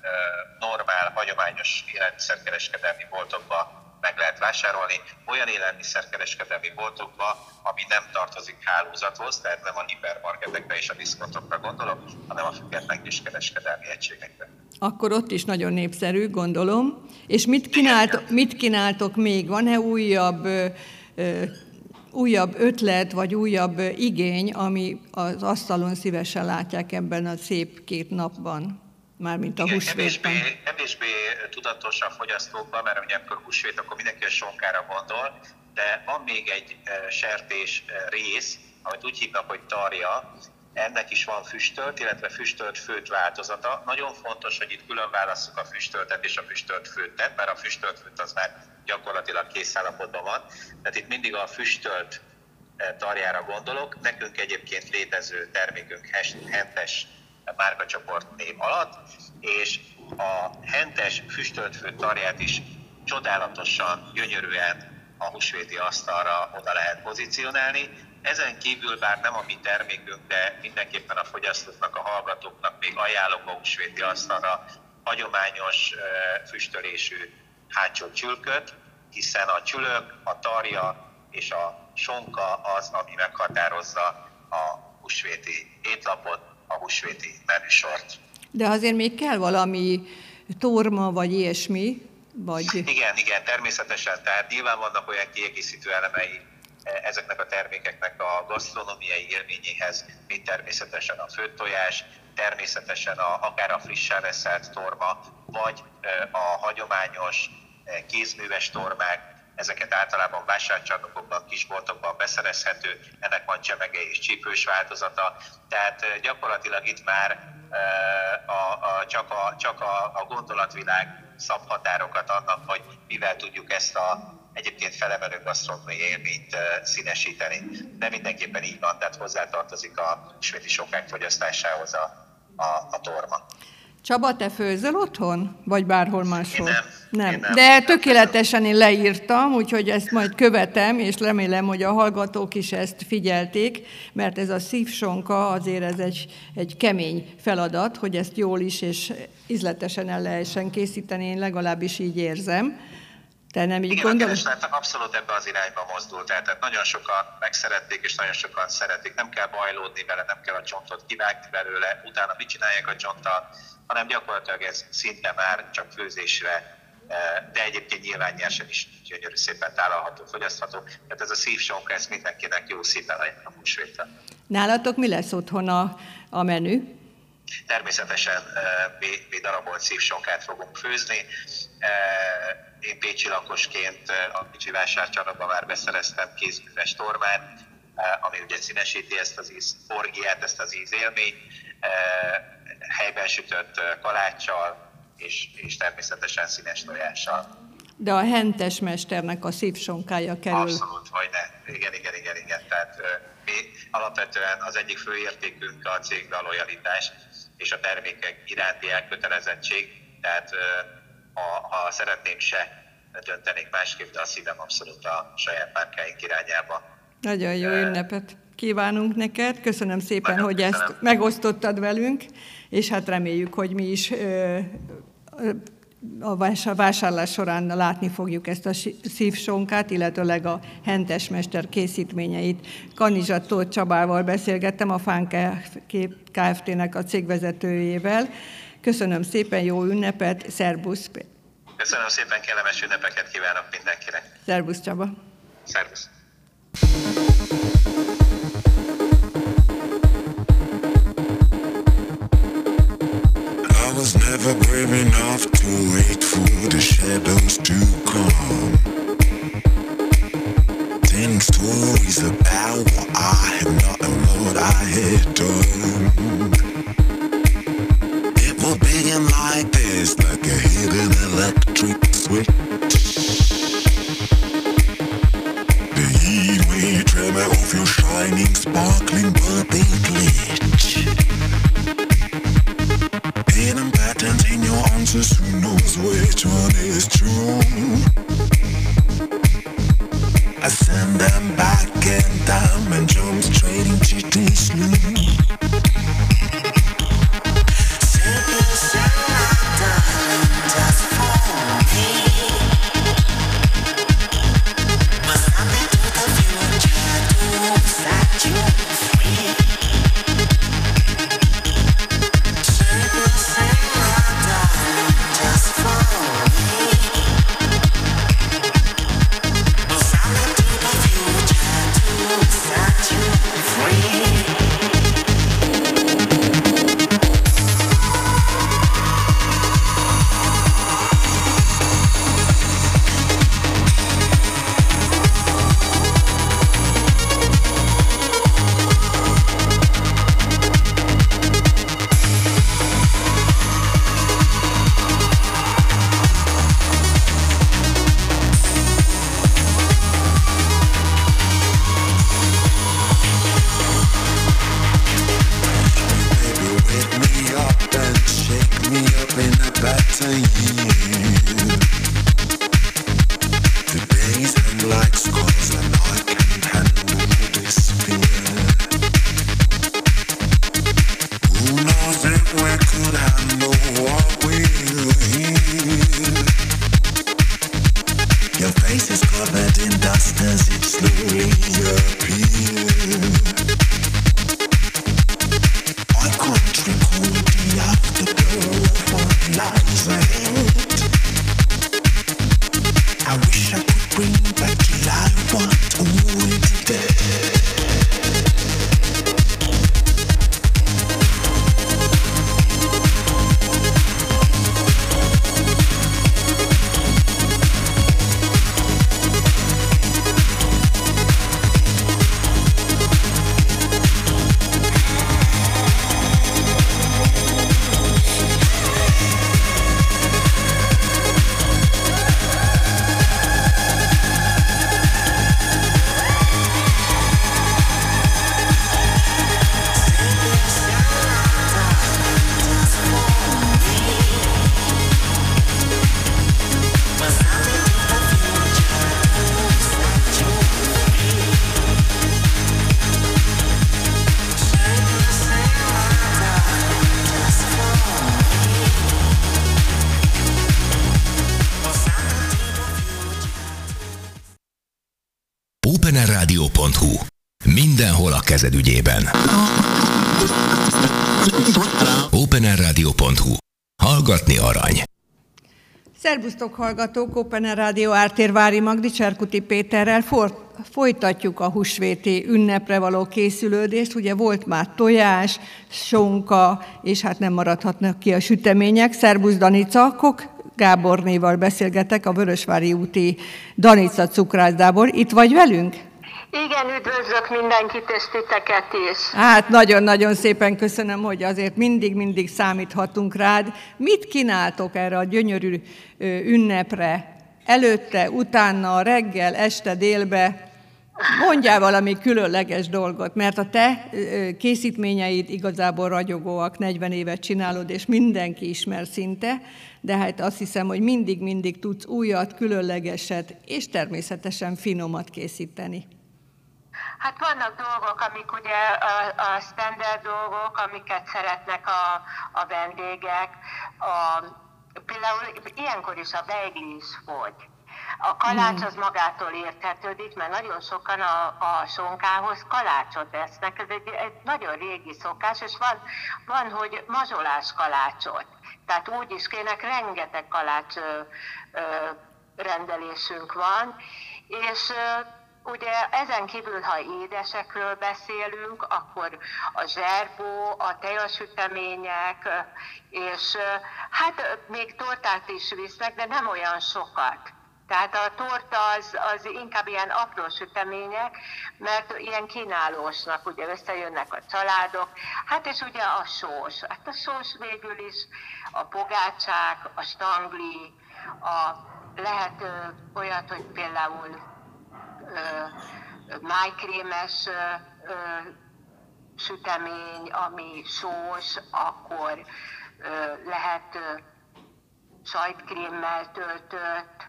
uh, normál, hagyományos élelmiszerkereskedelmi boltokba meg lehet vásárolni, olyan élelmiszerkereskedelmi boltokba, ami nem tartozik hálózathoz, tehát nem a hipermarketekre és a diszkontokra gondolok, hanem a független kiskereskedelmi egységekre. Akkor ott is nagyon népszerű, gondolom. És mit, kínált, mit kínáltok még? Van-e újabb, ö, ö, újabb ötlet, vagy újabb igény, ami az asztalon szívesen látják ebben a szép két napban? Mármint a Igen, húsvétben. Kevésbé, kevésbé tudatos a fogyasztókban, mert ugye amikor húsvét, akkor mindenki a sonkára gondol, de van még egy sertés rész, amit úgy hívnak, hogy tarja, ennek is van füstölt, illetve füstölt főtt változata. Nagyon fontos, hogy itt külön válasszuk a füstöltet és a füstölt főttet, mert a füstölt főtt az már gyakorlatilag kész állapotban van. Tehát itt mindig a füstölt tarjára gondolok. Nekünk egyébként létező termékünk Hentes márkacsoport név alatt, és a Hentes füstölt főtt tarját is csodálatosan, gyönyörűen a húsvéti asztalra oda lehet pozícionálni. Ezen kívül bár nem a mi termékünk, de mindenképpen a fogyasztóknak, a hallgatóknak még ajánlok a húsvéti asztalra hagyományos füstölésű hátsó csülköt, hiszen a csülök, a tarja és a sonka az, ami meghatározza a húsvéti étlapot, a húsvéti menüsort. De azért még kell valami torma, vagy ilyesmi? Vagy... Igen, igen, természetesen. Tehát nyilván vannak olyan kiegészítő elemei ezeknek a termékeknek a gasztronómiai élményéhez, mint természetesen a főtt tojás, természetesen a, akár a frissen reszelt torma, vagy a hagyományos kézműves tormák. Ezeket általában vásárcsarnokokban, kisboltokban beszerezhető, ennek van csemege és csípős változata. Tehát gyakorlatilag itt már a, a, csak, a, csak a, a gondolatvilág szab határokat annak, hogy mivel tudjuk ezt a egyébként felemelő gasztronómiai élményt színesíteni. De mindenképpen így van, tehát hozzátartozik a húsvéti sonkák fogyasztásához a, a, a torma. Csaba, te főzöl otthon? Vagy bárhol máshol? Én nem. Nem. Én nem. De nem tökéletesen én leírtam, úgyhogy ezt majd követem, és remélem, hogy a hallgatók is ezt figyelték, mert ez a szívsonka azért ez egy, egy kemény feladat, hogy ezt jól is és ízletesen el lehessen készíteni, én legalábbis így érzem. Te nem így Igen, gondolod? a kereslet abszolút ebbe az irányba mozdult el, tehát nagyon sokan megszerették, és nagyon sokan szeretik, nem kell bajlódni vele, nem kell a csontot kivágni belőle, utána mit csinálják a csonttal, hanem gyakorlatilag ez szinte már csak főzésre, de egyébként nyilván nyersen is gyönyörű szépen tálalható, fogyasztható. Tehát ez a szívsonka, ez mindenkinek jó szépen legyen a húsvéten. Nálatok mi lesz otthon a, a menü? Természetesen mi, mi darabolt szívsonkát fogunk főzni. Én pécsi lakosként a Pécsi vásárcsarnokban már beszereztem kézműves tormát, ami ugye színesíti ezt az íz orgiát, ezt az ízélményt, helyben sütött kaláccsal, és, és természetesen színes tojással. De a Hentes mesternek a szívsonkája kerül. Abszolút, hogy ne. Igen, igen, igen, igen. Tehát mi alapvetően az egyik fő értékünk a cégbe a lojalitás és a termékek iránti elkötelezettség. Tehát ha, ha szeretném se döntenék másképp, de a szívem abszolút a saját márkáink irányába. Nagyon jó ünnepet kívánunk neked. Köszönöm szépen, Nagyon hogy köszönöm. Ezt megosztottad velünk, és hát reméljük, hogy mi is ö, ö, a vásárlás során látni fogjuk ezt a szívsonkát, illetőleg a Hentes mester készítményeit. Kanizsa Tóth Csabával beszélgettem, a Fán Kft-nek a cégvezetőjével. Köszönöm szépen, jó ünnepet, szervusz! Köszönöm szépen, kellemes ünnepeket kívánok mindenkinek! Szervusz Csaba! Szervusz! was never brave enough to wait for the shadows to come. Telling stories about what I have not and what I had done. It will begin like this, like a hidden electric switch. The heat will tremor off your shining, sparkling, birthday glitch. Hidden patterns in your answers, who knows which one is true? I send them back in time and jump straight into this room. Simple surrender, just for me. Must not be to the future to set you free. Simple surrender, just for me. Must not be to the future to set you free. Baby, wake me up and shake me up in a better year. The days hang like scars and I can't handle this fear. Who knows if we could handle what we're here? Your face is covered in dust as it slowly appears. I can't recall the afterglow of what lies ahead. I wish I could bring back to life what's already dead. openerradio pont hu. Mindenhol a kezed ügyében. openerradio pont hu. Hallgatni arany. Szerbusztok hallgatók, Open Rádió Ártérvári Magdi Cserkuti Péterrel for, folytatjuk a húsvéti ünnepre való készülődést. Ugye volt már tojás, sonka, és hát nem maradhatnak ki a sütemények. Szerbusz Danica, Kok Gábornéval beszélgetek, a Vörösvári úti Danica cukrászdából. Itt vagy velünk? Igen, üdvözlök mindenkit és titeket is. Hát nagyon-nagyon szépen köszönöm, hogy azért mindig-mindig számíthatunk rád. Mit kínáltok erre a gyönyörű ünnepre? Előtte, utána, reggel, este, délbe? Mondjál valami különleges dolgot, mert a te készítményeid igazából ragyogóak, negyven évet csinálod, és mindenki ismer szinte, de hát azt hiszem, hogy mindig-mindig tudsz újat, különlegeset, és természetesen finomat készíteni. Hát vannak dolgok, amik ugye a, a standard dolgok, amiket szeretnek a, a vendégek. A, például ilyenkor is a beigli is fogy. A kalács az magától értetődik, mert nagyon sokan a, a sonkához kalácsot esznek. Ez egy, egy nagyon régi szokás, és van, van, hogy mazsolás kalácsot. Tehát úgy is kének, rengeteg kalács ö, ö, rendelésünk van, és ö, ugye ezen kívül, ha édesekről beszélünk, akkor a zserbó, a tejasütemények, és hát még tortát is visznek, de nem olyan sokat. Tehát a torta az, az inkább ilyen apró sütemények, mert ilyen kínálósnak ugye összejönnek a családok. Hát és ugye a sós. Hát a sós végül is a pogácsák, a stangli, a, lehet ö, olyat, hogy például ö, májkrémes ö, ö, sütemény, ami sós, akkor ö, lehet ö, sajtkrémmel töltött,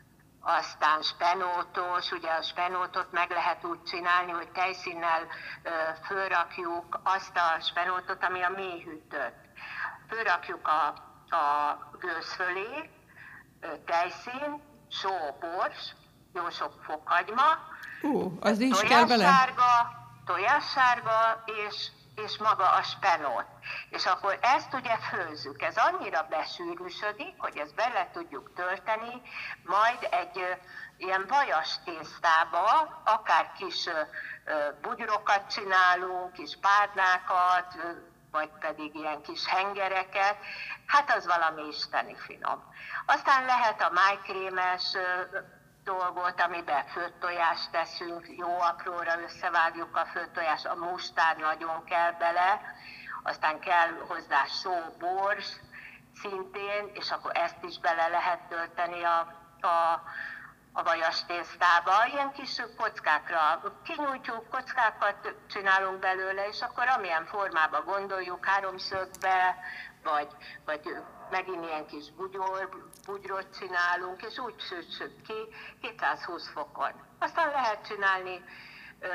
aztán spenótos, ugye a spenótot meg lehet úgy csinálni, hogy tejszínnel ö, fölrakjuk azt a spenótot, ami a mélyhűtött. Fölrakjuk a, a gőz fölé, ö, tejszín, só, bors, jó sok fokhagyma, uh, az is kell bele? tojássárga, tojássárga és és maga a spenót. És akkor ezt ugye főzzük. Ez annyira besűrűsödik, hogy ezt bele tudjuk tölteni, majd egy ö, ilyen vajas tésztába, akár kis ö, ö, bugyrokat csinálunk, kis párnákat, ö, vagy pedig ilyen kis hengereket, hát az valami isteni finom. Aztán lehet a májkrémes ö, dolgot, amiben főtt tojást teszünk, jó apróra összevágjuk a főtt tojást, a mustár nagyon kell bele, aztán kell hozzá só, bors szintén, és akkor ezt is bele lehet tölteni a, a, a vajas tésztába. Ilyen kis kockákra kinyújtjuk, kockákat csinálunk belőle, és akkor amilyen formában gondoljuk, háromszögbe, vagy, vagy megint ilyen kis bugyor, bugyrot csinálunk, és úgy süssük ki kétszázhúsz fokon. Aztán lehet csinálni ö,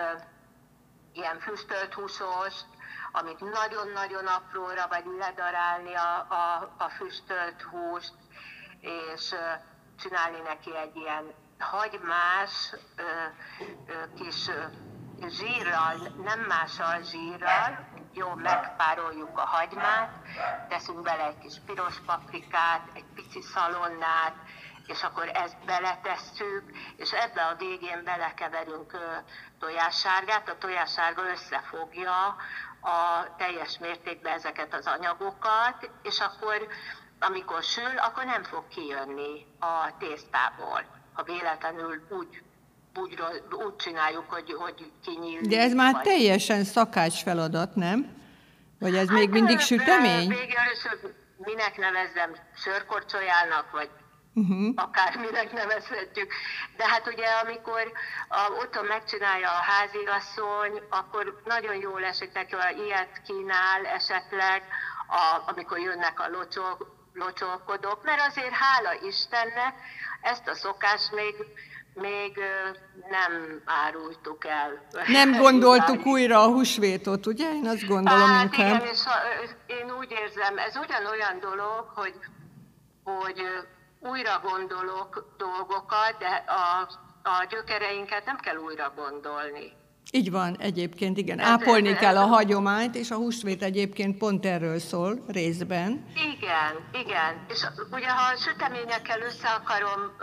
ilyen füstölt húsost, amit nagyon-nagyon apróra, vagy ledarálni a, a, a füstölt húst, és ö, csinálni neki egy ilyen hagymás ö, ö, kis ö, zsírral, nem mással, zsírral, jó, megpároljuk a hagymát, teszünk bele egy kis piros paprikát, egy pici szalonnát, és akkor ezt beletesszük, és ebbe a végén belekeverünk tojássárgát. A tojássárga összefogja a teljes mértékben ezeket az anyagokat, és akkor, amikor sül, akkor nem fog kijönni a tésztából, ha véletlenül úgy Úgy, úgy csináljuk, hogy, hogy kinyílik. De ez már vagy... teljesen szakács feladat, nem? Vagy ez hát, még mindig sütemény? Végül először minek nevezzem, sörkorcsolyának, vagy uh-huh. akárminek nevezhetjük. De hát ugye, amikor a, otthon megcsinálja a háziasszony, akkor nagyon jól esik neki, ha ilyet kínál esetleg, a, amikor jönnek a locsol, locsolkodók, mert azért hála Istennek ezt a szokást még Még nem árultuk el. Nem gondoltuk újra a húsvétot, ugye? Én azt gondolom hát inkább. Igen, és én úgy érzem, ez ugyanolyan dolog, hogy, hogy újra gondolok dolgokat, de a, a gyökereinket nem kell újra gondolni. Így van, egyébként, igen. Ápolni kell a hagyományt, és a húsvét egyébként pont erről szól, részben. Igen, igen. És ugye, ha a süteményekkel össze akarom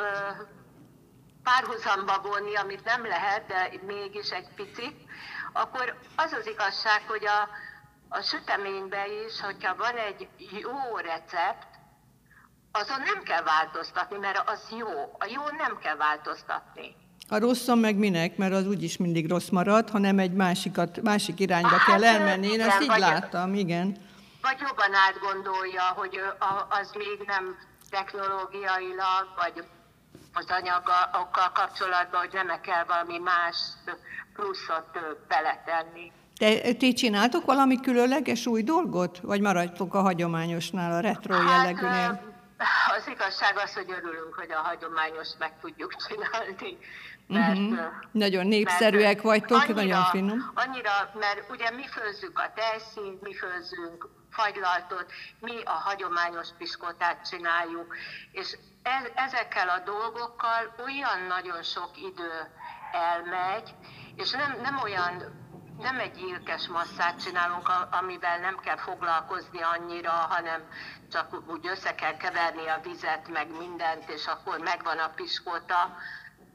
párhuzamba vonni, amit nem lehet, de mégis egy picit, akkor az az igazság, hogy a, a süteményben is, hogyha van egy jó recept, azon nem kell változtatni, mert az jó. A jó nem kell változtatni. A rosszon meg minek, mert az úgyis mindig rossz marad, hanem egy másikat, másik irányba hát, kell elmenni. Én igen, ezt így vagy, láttam, igen. Vagy jobban átgondolja, hogy az még nem technológiailag, vagy az anyagokkal kapcsolatban, hogy nem kell valami más pluszot beletenni. Te, ti csináltok valami különleges új dolgot? Vagy maradtok a hagyományosnál, a retro hát, jellegűnél? Az igazság az, hogy örülünk, hogy a hagyományost meg tudjuk csinálni. Mert, uh-huh. Nagyon népszerűek mert vagytok, annyira, nagyon finom. Annyira, mert ugye mi főzzük a tejszínt, mi főzzünk fagylaltot, mi a hagyományos piskótát csináljuk, és ezekkel a dolgokkal olyan nagyon sok idő elmegy, és nem, nem olyan, nem egy ilkes masszát csinálunk, amivel nem kell foglalkozni annyira, hanem csak úgy össze kell keverni a vizet, meg mindent, és akkor megvan a piskóta.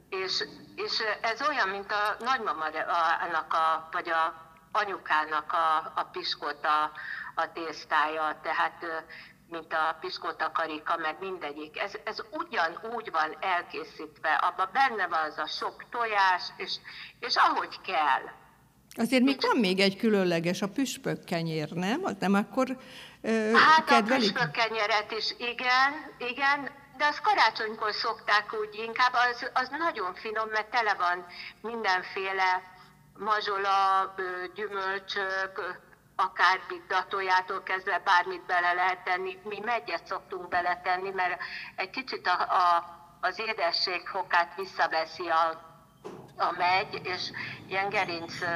És, és ez olyan, mint a nagymamának, a, vagy a anyukának a, a piskóta, a tésztája, tehát mint a piskóta karika, meg mindegyik. Ez, ez ugyanúgy van elkészítve, abban benne van az a sok tojás, és, és ahogy kell. Azért még van még egy különleges, a püspökkenyér, nem? Az nem akkor ö, Hát kedvelik? a püspökkenyeret is, igen, igen, de azt karácsonykor szokták úgy inkább, az, az nagyon finom, mert tele van mindenféle mazsola, gyümölcsök, akár datójától kezdve bármit bele lehet tenni. Mi meggyet szoktunk beletenni, mert egy kicsit a, a, az édesség fokát visszaveszi a, a megy, és ilyen gerinc ö,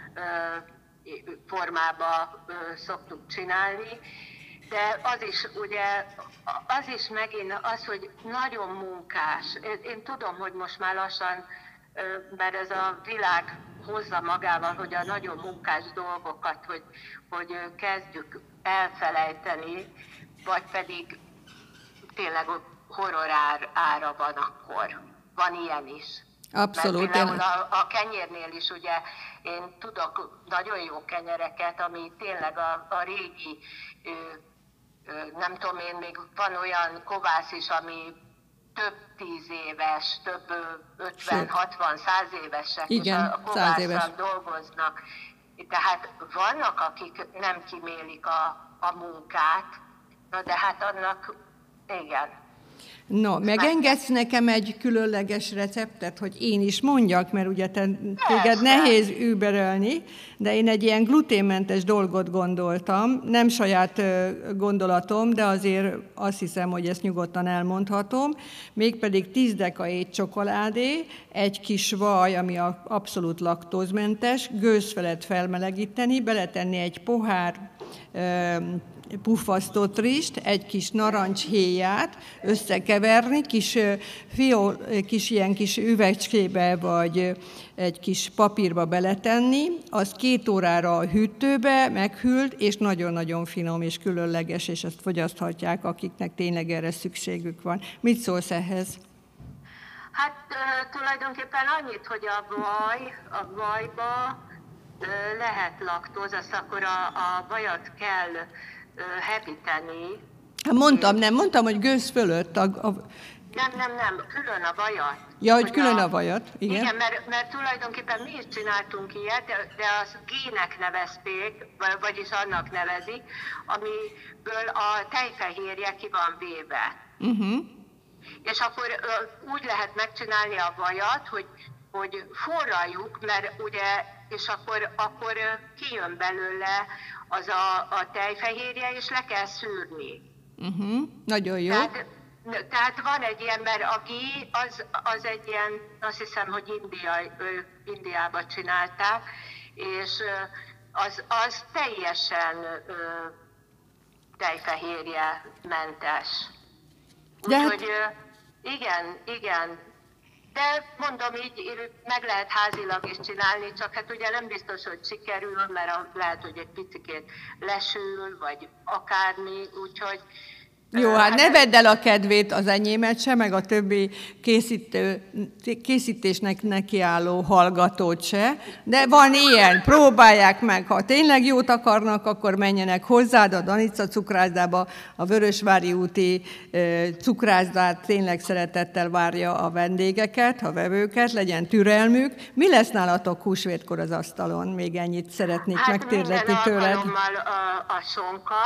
formába ö, szoktuk csinálni. De az is ugye, az is megint az, hogy nagyon munkás. Én, én tudom, hogy most már lassan, ö, mert ez a világ hozza magával, hogy a nagyon munkás dolgokat, hogy, hogy kezdjük elfelejteni, vagy pedig tényleg horror ár, ára van akkor. Van ilyen is. Abszolút. Mert például a, a kenyérnél is ugye én tudok nagyon jó kenyereket, ami tényleg a, a régi, ö, ö, nem tudom én, még van olyan kovász is, ami több tíz éves, több ötven, hatvan, száz évesek, igen, és a kovásszal dolgoznak. Tehát vannak, akik nem kimélik a, a munkát, na de hát annak, igen. No, megengedsz nekem egy különleges receptet, hogy én is mondjak, mert ugye te, téged nehéz überelni, de én egy ilyen gluténmentes dolgot gondoltam, nem saját gondolatom, de azért azt hiszem, hogy ezt nyugodtan elmondhatom, mégpedig tíz deka étcsokoládé, egy kis vaj, ami abszolút laktózmentes, gőz felett felmelegíteni, beletenni egy pohár puffasztott rist, egy kis narancshéját összekeverni, kis, fiol, kis ilyen kis üvegskébe vagy egy kis papírba beletenni, az két órára a hűtőbe meghűlt, és nagyon-nagyon finom és különleges, és ezt fogyaszthatják, akiknek tényleg erre szükségük van. Mit szólsz ehhez? Hát tulajdonképpen annyit, hogy a vaj, a vajba lehet laktóz, azt akkor a, a vajat kell hevíteni. Hát mondtam, nem, mondtam, hogy gőz fölött. A, a... Nem, nem, nem, külön a vajat. Ja, hogy, hogy külön a, a vajat, igen. Igen, mert, mert tulajdonképpen mi is csináltunk ilyet, de, de azt gének nevezték, vagyis annak nevezik, amiből a tejfehérje ki van véve. Uh-huh. És akkor úgy lehet megcsinálni a vajat, hogy, hogy forraljuk, mert ugye, és akkor, akkor kijön belőle az a, a tejfehérje, és le kell szűrni. Uh-huh. Nagyon jó. Tehát, tehát van egy ilyen, mert a gí, az, az egy ilyen, azt hiszem, hogy India, Indiában csinálták, és az, az teljesen ö, tejfehérje mentes. Úgyhogy hát... igen, igen. De mondom így, meg lehet házilag is csinálni, csak hát ugye nem biztos, hogy sikerül, mert lehet, hogy egy picikét lesül, vagy akármi, úgyhogy... Jó, hát ne vedd el a kedvét az enyémet se, meg a többi készítő, készítésnek nekiálló hallgatót se, de van ilyen, próbálják meg, ha tényleg jót akarnak, akkor menjenek hozzád a Danica cukrászdába, a Vörösvári úti cukrászdát tényleg szeretettel várja a vendégeket, a vevőket, legyen türelmük. Mi lesz nálatok húsvétkor az asztalon? Még ennyit szeretnék hát megkérdetni tőled. Hát minden alkalommal a, a sonka,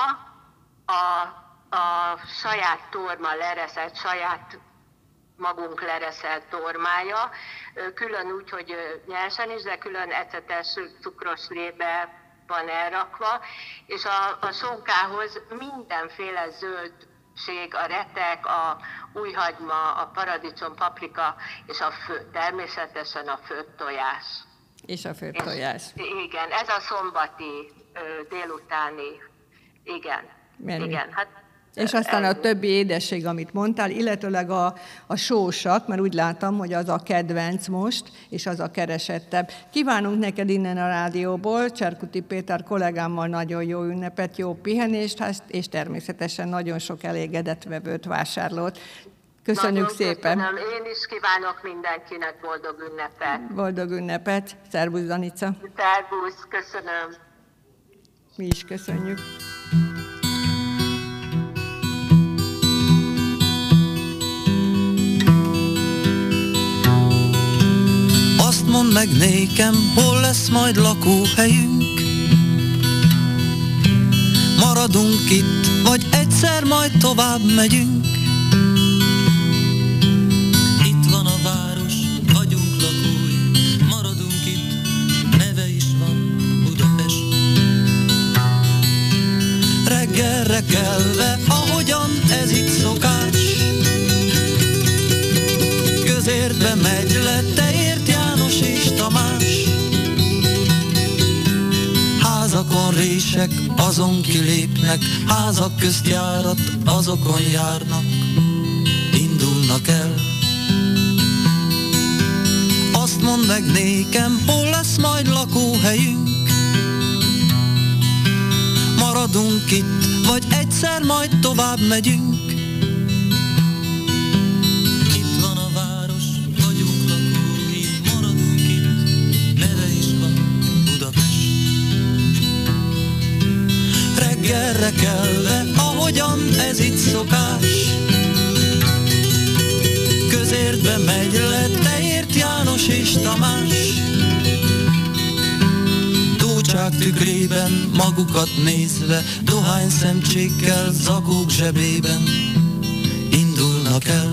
a a saját torma lereszelt, saját magunk lereszelt tormája, külön úgy, hogy nyersen is, de külön ecetes cukros lébe van elrakva, és a, a sonkához mindenféle zöldség, a retek, a újhagyma, a paradicsom, paprika, és a fő, természetesen a főtt tojás. És a főtt tojás. És, igen, ez a szombati délutáni, igen, Menő. igen, hát és aztán a többi édesség, amit mondtál, illetőleg a, a sósak, mert úgy látom, hogy az a kedvenc most, és az a keresettebb. Kívánunk neked innen a rádióból, Cserkuti Péter kollégámmal nagyon jó ünnepet, jó pihenést, és természetesen nagyon sok elégedett vevőt, vásárlót. Köszönjük Nagyon szépen. Köszönöm. Én is kívánok mindenkinek boldog ünnepet. Boldog ünnepet. Szervusz, Danica. Szervusz, köszönöm. Mi is köszönjük. Azt mondd meg nékem, hol lesz majd lakóhelyünk. Maradunk itt, vagy egyszer majd tovább megyünk. Itt van a város, vagyunk lakói, maradunk itt, neve is van Budapest. Reggelre kelve, ahogyan ez itt szokás, közértbe megy le Teért János és Tamás. Házakon rések, azon kilépnek, házak közt járat, azokon járnak, indulnak el. Azt mondd meg nékem, hol lesz majd lakóhelyünk. Maradunk itt, vagy egyszer majd tovább megyünk. Itt van a város, vagyunk lakói, maradunk itt, neve is van Budapest. Reggelre kelve, ahogyan ez itt szokás, közértbe megy le Teért János és Tamás. Tócsák tükrében magukat nézve, dohány szemcsékkel zakók zsebében indulnak el.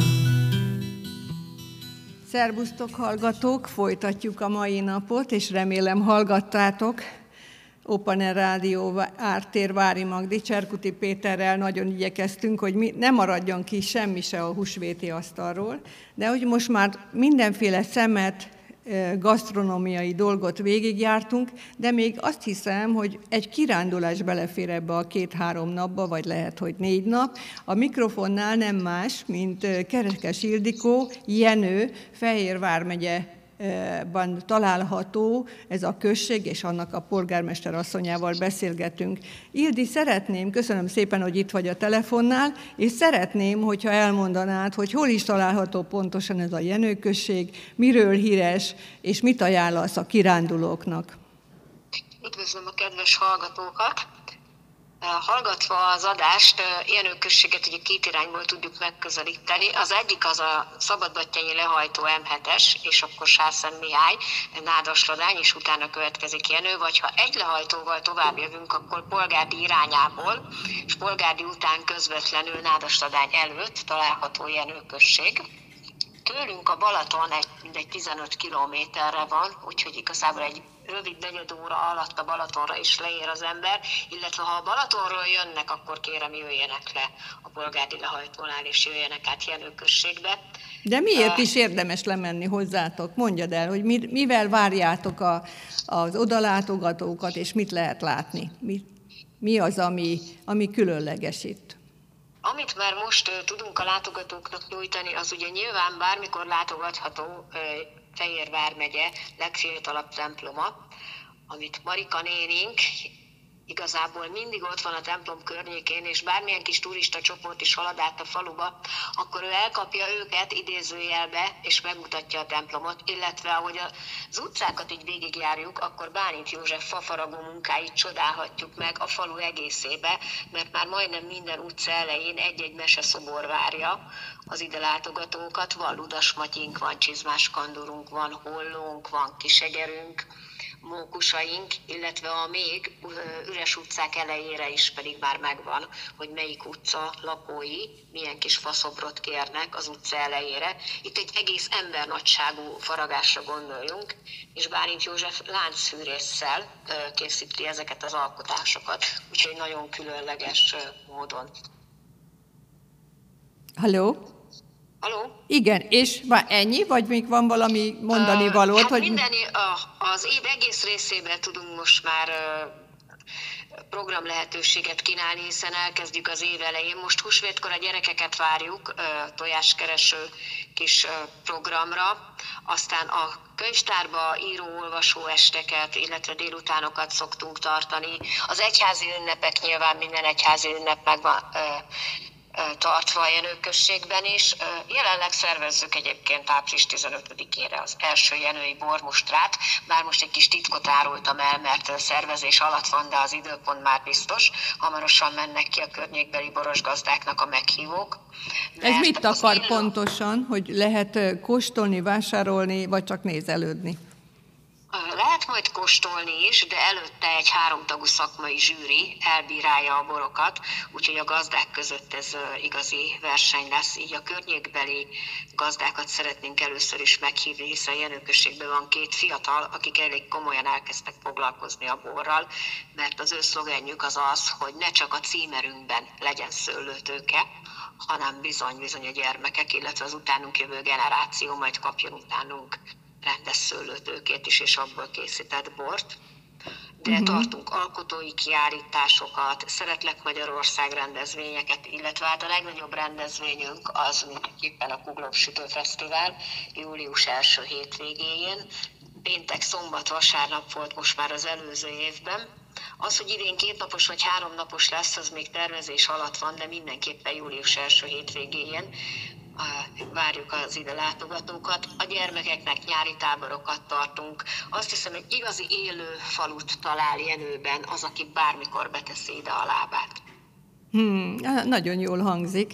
Szervusztok, hallgatók! Folytatjuk a mai napot, és remélem hallgattátok. Open Air Rádió Ártér Vári Magdi, Cserkuti Péterrel nagyon igyekeztünk, hogy mi, ne maradjon ki semmi se a húsvéti asztalról, de hogy most már mindenféle szemet, gasztronómiai dolgot végigjártunk, de még azt hiszem, hogy egy kirándulás belefér ebbe a két-három napba, vagy lehet, hogy négy nap. A mikrofonnál nem más, mint Kerekes Ildikó, Jenő, Fejér vármegye ban található ez a község, és annak a polgármester asszonyával beszélgetünk. Ildi, szeretném, köszönöm szépen, hogy itt vagy a telefonnál, és szeretném, hogyha elmondanád, hogy hol is található pontosan ez a Jenő község, miről híres, és mit ajánlasz a kirándulóknak. Üdvözlöm a kedves hallgatókat! Hallgatva az adást, Jenő községet ugye két irányból tudjuk megközelíteni. Az egyik az a Szabadbattyányi lehajtó em hetes, és akkor Sárszentmihály, Nádasladány, és utána következik Jenő, vagy ha egy lehajtóval tovább jövünk, akkor Polgárdi irányából, és Polgárdi után közvetlenül Nádasladány előtt található Jenő község. Tőlünk a Balaton egy, mindegy tizenöt kilométerre van, úgyhogy igazából egy rövid negyed óra alatt a Balatonra is leér az ember, illetve ha a Balatonról jönnek, akkor kérem jöjjenek le a Polgárdi lehajtónál, és jöjjenek át Jenő községbe. De miért is érdemes lemenni hozzátok? Mondjad el, hogy mivel várjátok a, az odalátogatókat, és mit lehet látni? Mi, mi az, ami, ami különleges itt? Amit már most uh, tudunk a látogatóknak nyújtani, az ugye nyilván bármikor látogatható uh, Fejér vármegye legfiatalabb temploma, amit Marika nénink igazából mindig ott van a templom környékén, és bármilyen kis turista csoport is halad át a faluba, akkor ő elkapja őket idézőjelbe, és megmutatja a templomot, illetve ahogy az utcákat így végigjárjuk, akkor Bálint József fafaragó munkáit csodálhatjuk meg a falu egészébe, mert már majdnem minden utca elején egy-egy meseszobor várja az ide látogatókat. Van Ludasmatyink, van Csizmás Kandorunk, van Hollónk, van Kisegerünk, mókusaink, illetve a még üres utcák elejére is pedig már megvan, hogy melyik utca lakói milyen kis faszobrot kérnek az utca elejére. Itt egy egész embernagyságú faragásra gondoljunk, és Bálint József láncfűrésszel készíti ezeket az alkotásokat, úgyhogy nagyon különleges módon. Halló? Halló? Igen, és már ennyi, vagy még van valami mondani valót? Hát hogy... minden, az év egész részében tudunk most már program lehetőséget kínálni, hiszen elkezdjük az év elején. Most húsvétkor a gyerekeket várjuk tojáskereső kis programra, aztán a könyvtárba író-olvasó esteket, illetve délutánokat szoktunk tartani. Az egyházi ünnepek, nyilván minden egyházi ünnep megvan, tartva a Jenő-községben is. Jelenleg szervezzük egyébként április tizenötödikére az első jenői bormustrát, bár most egy kis titkot árultam el, mert szervezés alatt van, de az időpont már biztos. Hamarosan mennek ki a környékbeli boros gazdáknak a meghívók. Ez mit akar illó... pontosan, hogy lehet kóstolni, vásárolni, vagy csak nézelődni? Lehet majd kóstolni is, de előtte egy háromtagú szakmai zsűri elbírálja a borokat, úgyhogy a gazdák között ez igazi verseny lesz. Így a környékbeli gazdákat szeretnénk először is meghívni, hiszen Jenő-községben van két fiatal, akik elég komolyan elkezdtek foglalkozni a borral, mert az ő szlogenjük az az, hogy ne csak a címerünkben legyen szőlőtőke, hanem bizony-bizony a gyermekek, illetve az utánunk jövő generáció majd kapjon utánunk rendes szőlőtőkét is, és abból készített bort. De uh-huh. tartunk alkotói kiállításokat, Szeretlek Magyarország rendezvényeket, illetve hát a legnagyobb rendezvényünk az mindenképpen a Kuglók Sütőfesztivál július első hétvégéjén. Péntek, szombat, vasárnap volt most már az előző évben. Az, hogy idén kétnapos vagy háromnapos lesz, az még tervezés alatt van, de mindenképpen július első hétvégéjén várjuk az ide látogatókat. A gyermekeknek nyári táborokat tartunk. Azt hiszem, hogy igazi élő falut talál Jenőben az, aki bármikor beteszi ide a lábát. Hmm, nagyon jól hangzik.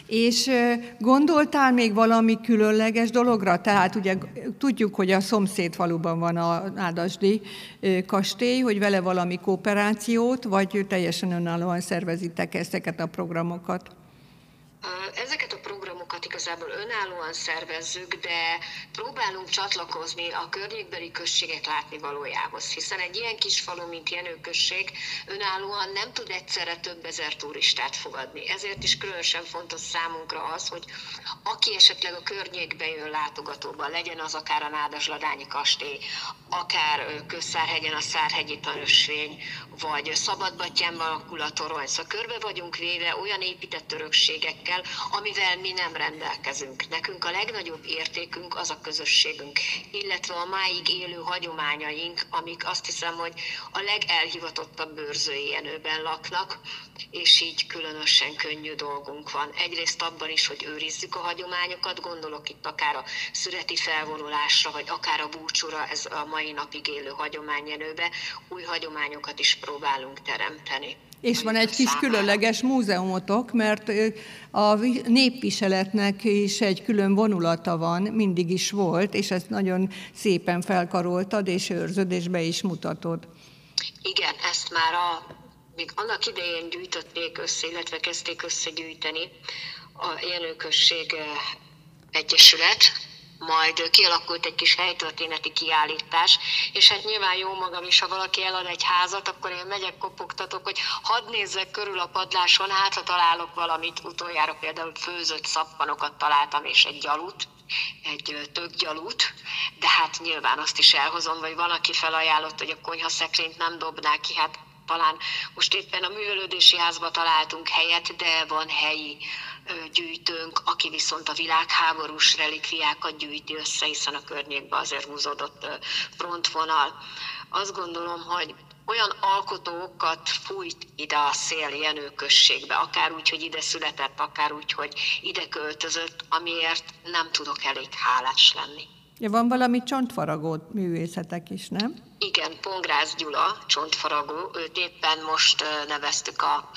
És gondoltál még valami különleges dologra? Tehát ugye tudjuk, hogy a szomszéd faluban van a nádasdi kastély, hogy vele valami kooperációt, vagy teljesen önállóan szervezitek ezeket a programokat? Ezeket a programokat igazából önállóan szervezzük, de próbálunk csatlakozni a környékbeli községek látnivalójához, hiszen egy ilyen kis falu, mint Jenő-község önállóan nem tud egyszerre több ezer turistát fogadni. Ezért is különösen fontos számunkra az, hogy aki esetleg a környékbe jön látogatóban, legyen az akár a Nádasladányi kastély, akár Kőszárhegyen a Szárhegyi Tanösvény, vagy Szabadbattyánban a Kulatorony. Szóval körbe vagyunk véve olyan épített örökségekkel, amivel mi nem rendelkezünk. Nekünk a legnagyobb értékünk az a közösségünk, illetve a máig élő hagyományaink, amik azt hiszem, hogy a legelhivatottabb őrzői Jenőben laknak, és így különösen könnyű dolgunk van. Egyrészt abban is, hogy őrizzük a hagyományokat, gondolok itt akár a szüreti felvonulásra, vagy akár a búcsúra, ez a mai napig élő hagyomány Jenőbe, új hagyományokat is próbálunk teremteni. És van egy kis különleges múzeumotok, mert a népviseletnek is egy külön vonulata van, mindig is volt, és ezt nagyon szépen felkaroltad, és őrzöd, és be is mutatod. Igen, ezt már a, még annak idején gyűjtötték össze, illetve kezdték összegyűjteni a Jenő-község Egyesület, majd kialakult egy kis helytörténeti kiállítás, és hát nyilván jó magam is, ha valaki elad egy házat, akkor én megyek, kopogtatok, hogy hadd nézzek körül a padláson, hát ha találok valamit, utoljára például főzött szappanokat találtam, és egy gyalut, egy tökgyalut, de hát nyilván azt is elhozom, vagy van, aki felajánlott, hogy a konyhaszekrényt nem dobnák ki, hát talán most éppen a művelődési házba találtunk helyet, de van helyi gyűjtőnk, aki viszont a világháborús relikviákat gyűjti össze, hiszen a környékben azért húzódott frontvonal. Azt gondolom, hogy olyan alkotókat fújt ide a szél Jenő-községbe, akár úgy, hogy ide született, akár úgy, hogy ide költözött, amiért nem tudok elég hálás lenni. Ja, van valami csontfaragó művészetek is, nem? Igen, Pongrász Gyula, csontfaragó, őt éppen most neveztük a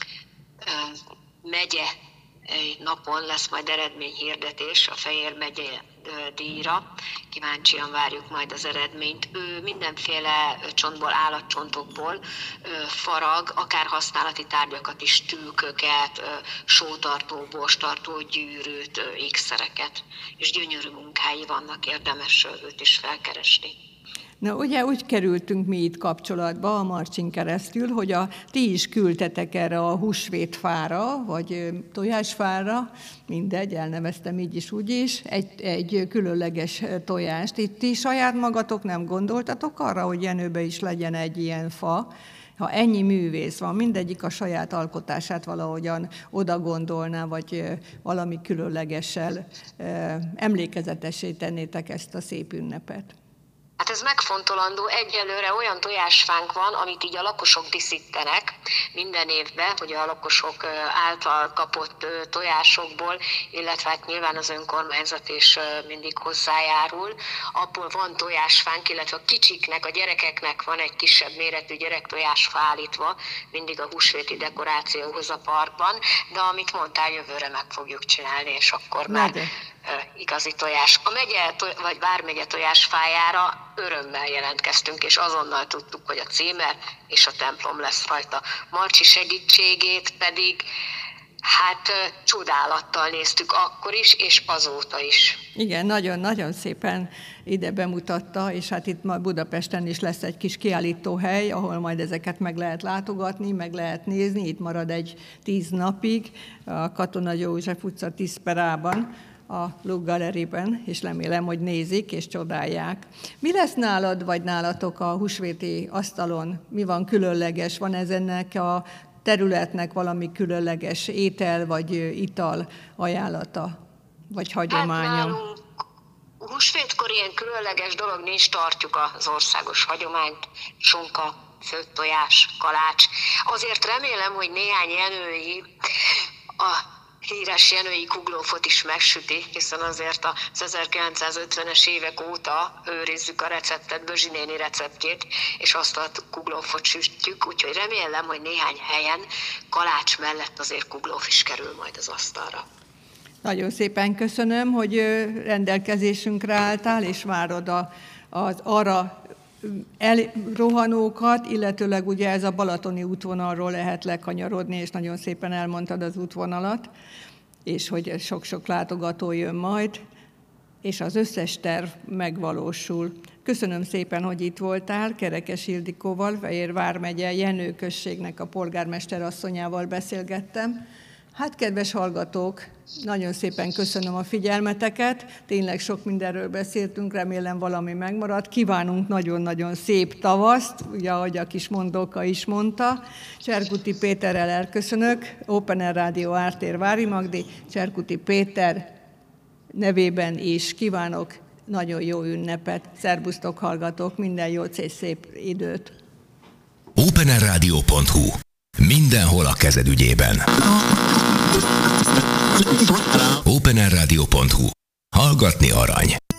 megye napon, lesz majd eredményhirdetés a Fejér megye díjra. Kíváncsian várjuk majd az eredményt. Ő mindenféle csontból, állatcsontokból farag, akár használati tárgyakat is, tűköket, sótartó, borstartó, gyűrűt, ékszereket. És gyönyörű munkái vannak, érdemes őt is felkeresni. Na, ugye úgy kerültünk mi itt kapcsolatba a Marcsin keresztül, hogy a, ti is küldtetek erre a húsvétfára, vagy tojásfára, mindegy, elneveztem így is, úgy is, egy, egy különleges tojást. Itt ti saját magatok nem gondoltatok arra, hogy Jenőbe is legyen egy ilyen fa? Ha ennyi művész van, mindegyik a saját alkotását valahogyan oda gondolná, vagy valami különlegessel emlékezetessé tennétek ezt a szép ünnepet. Hát ez megfontolandó, egyelőre olyan tojásfánk van, amit így a lakosok díszítenek minden évben, hogy a lakosok által kapott tojásokból, illetve hát nyilván az önkormányzat is mindig hozzájárul. Abból van tojásfánk, illetve a kicsiknek, a gyerekeknek van egy kisebb méretű gyerektojásfa állítva, mindig a húsvéti dekorációhoz a parkban, de amit mondtál, jövőre meg fogjuk csinálni, és akkor már igazi tojás. A megye, vagy vármegye tojásfájára örömmel jelentkeztünk, és azonnal tudtuk, hogy a címer és a templom lesz rajta. Marcsi segítségét pedig hát csodálattal néztük akkor is, és azóta is. Igen, nagyon-nagyon szépen ide bemutatta, és hát itt ma Budapesten is lesz egy kis kiállítóhely, ahol majd ezeket meg lehet látogatni, meg lehet nézni. Itt marad egy tíz napig a Katona József utca tíz perában, a Look Galleryben, és remélem, hogy nézik és csodálják. Mi lesz nálad, vagy nálatok a húsvéti asztalon? Mi van különleges? Van ez ennek a területnek valami különleges étel, vagy ital ajánlata, vagy hagyománya? Hát nálunk húsvétkor ilyen különleges dolog nincs, tartjuk az országos hagyományt, sonka, főtt tojás, kalács. Azért remélem, hogy néhány jenői a híres jenői kuglófot is megsüti, hiszen azért az ezerkilencszázötvenes évek óta őrizzük a receptet, Bözsi néni receptjét, és azt a kuglófot sütjük, úgyhogy remélem, hogy néhány helyen kalács mellett azért kuglóf is kerül majd az asztalra. Nagyon szépen köszönöm, hogy rendelkezésünkre álltál, és várod a, az arra elrohanókat, illetőleg ugye ez a balatoni útvonalról lehet lekanyarodni, és nagyon szépen elmondtad az útvonalat, és hogy sok-sok látogató jön majd, és az összes terv megvalósul. Köszönöm szépen, hogy itt voltál, Kerekes Ildikóval, Fejér vármegye Jenő községnek a polgármester asszonyával beszélgettem. Hát, kedves hallgatók, nagyon szépen köszönöm a figyelmeteket, tényleg sok mindenről beszéltünk, remélem valami megmaradt. Kívánunk nagyon-nagyon szép tavaszt, ugye ahogy a kis mondóka is mondta. Cserkuti Péterrel elköszönök, Open Air Rádió Ártér Vári Magdi, Cserkuti Péter nevében is kívánok nagyon jó ünnepet. Szerbusztok hallgatók, minden jót és szép időt. openerradio pont hu. Mindenhol a kezed ügyében. openerradio pont hu. Hallgatni arany.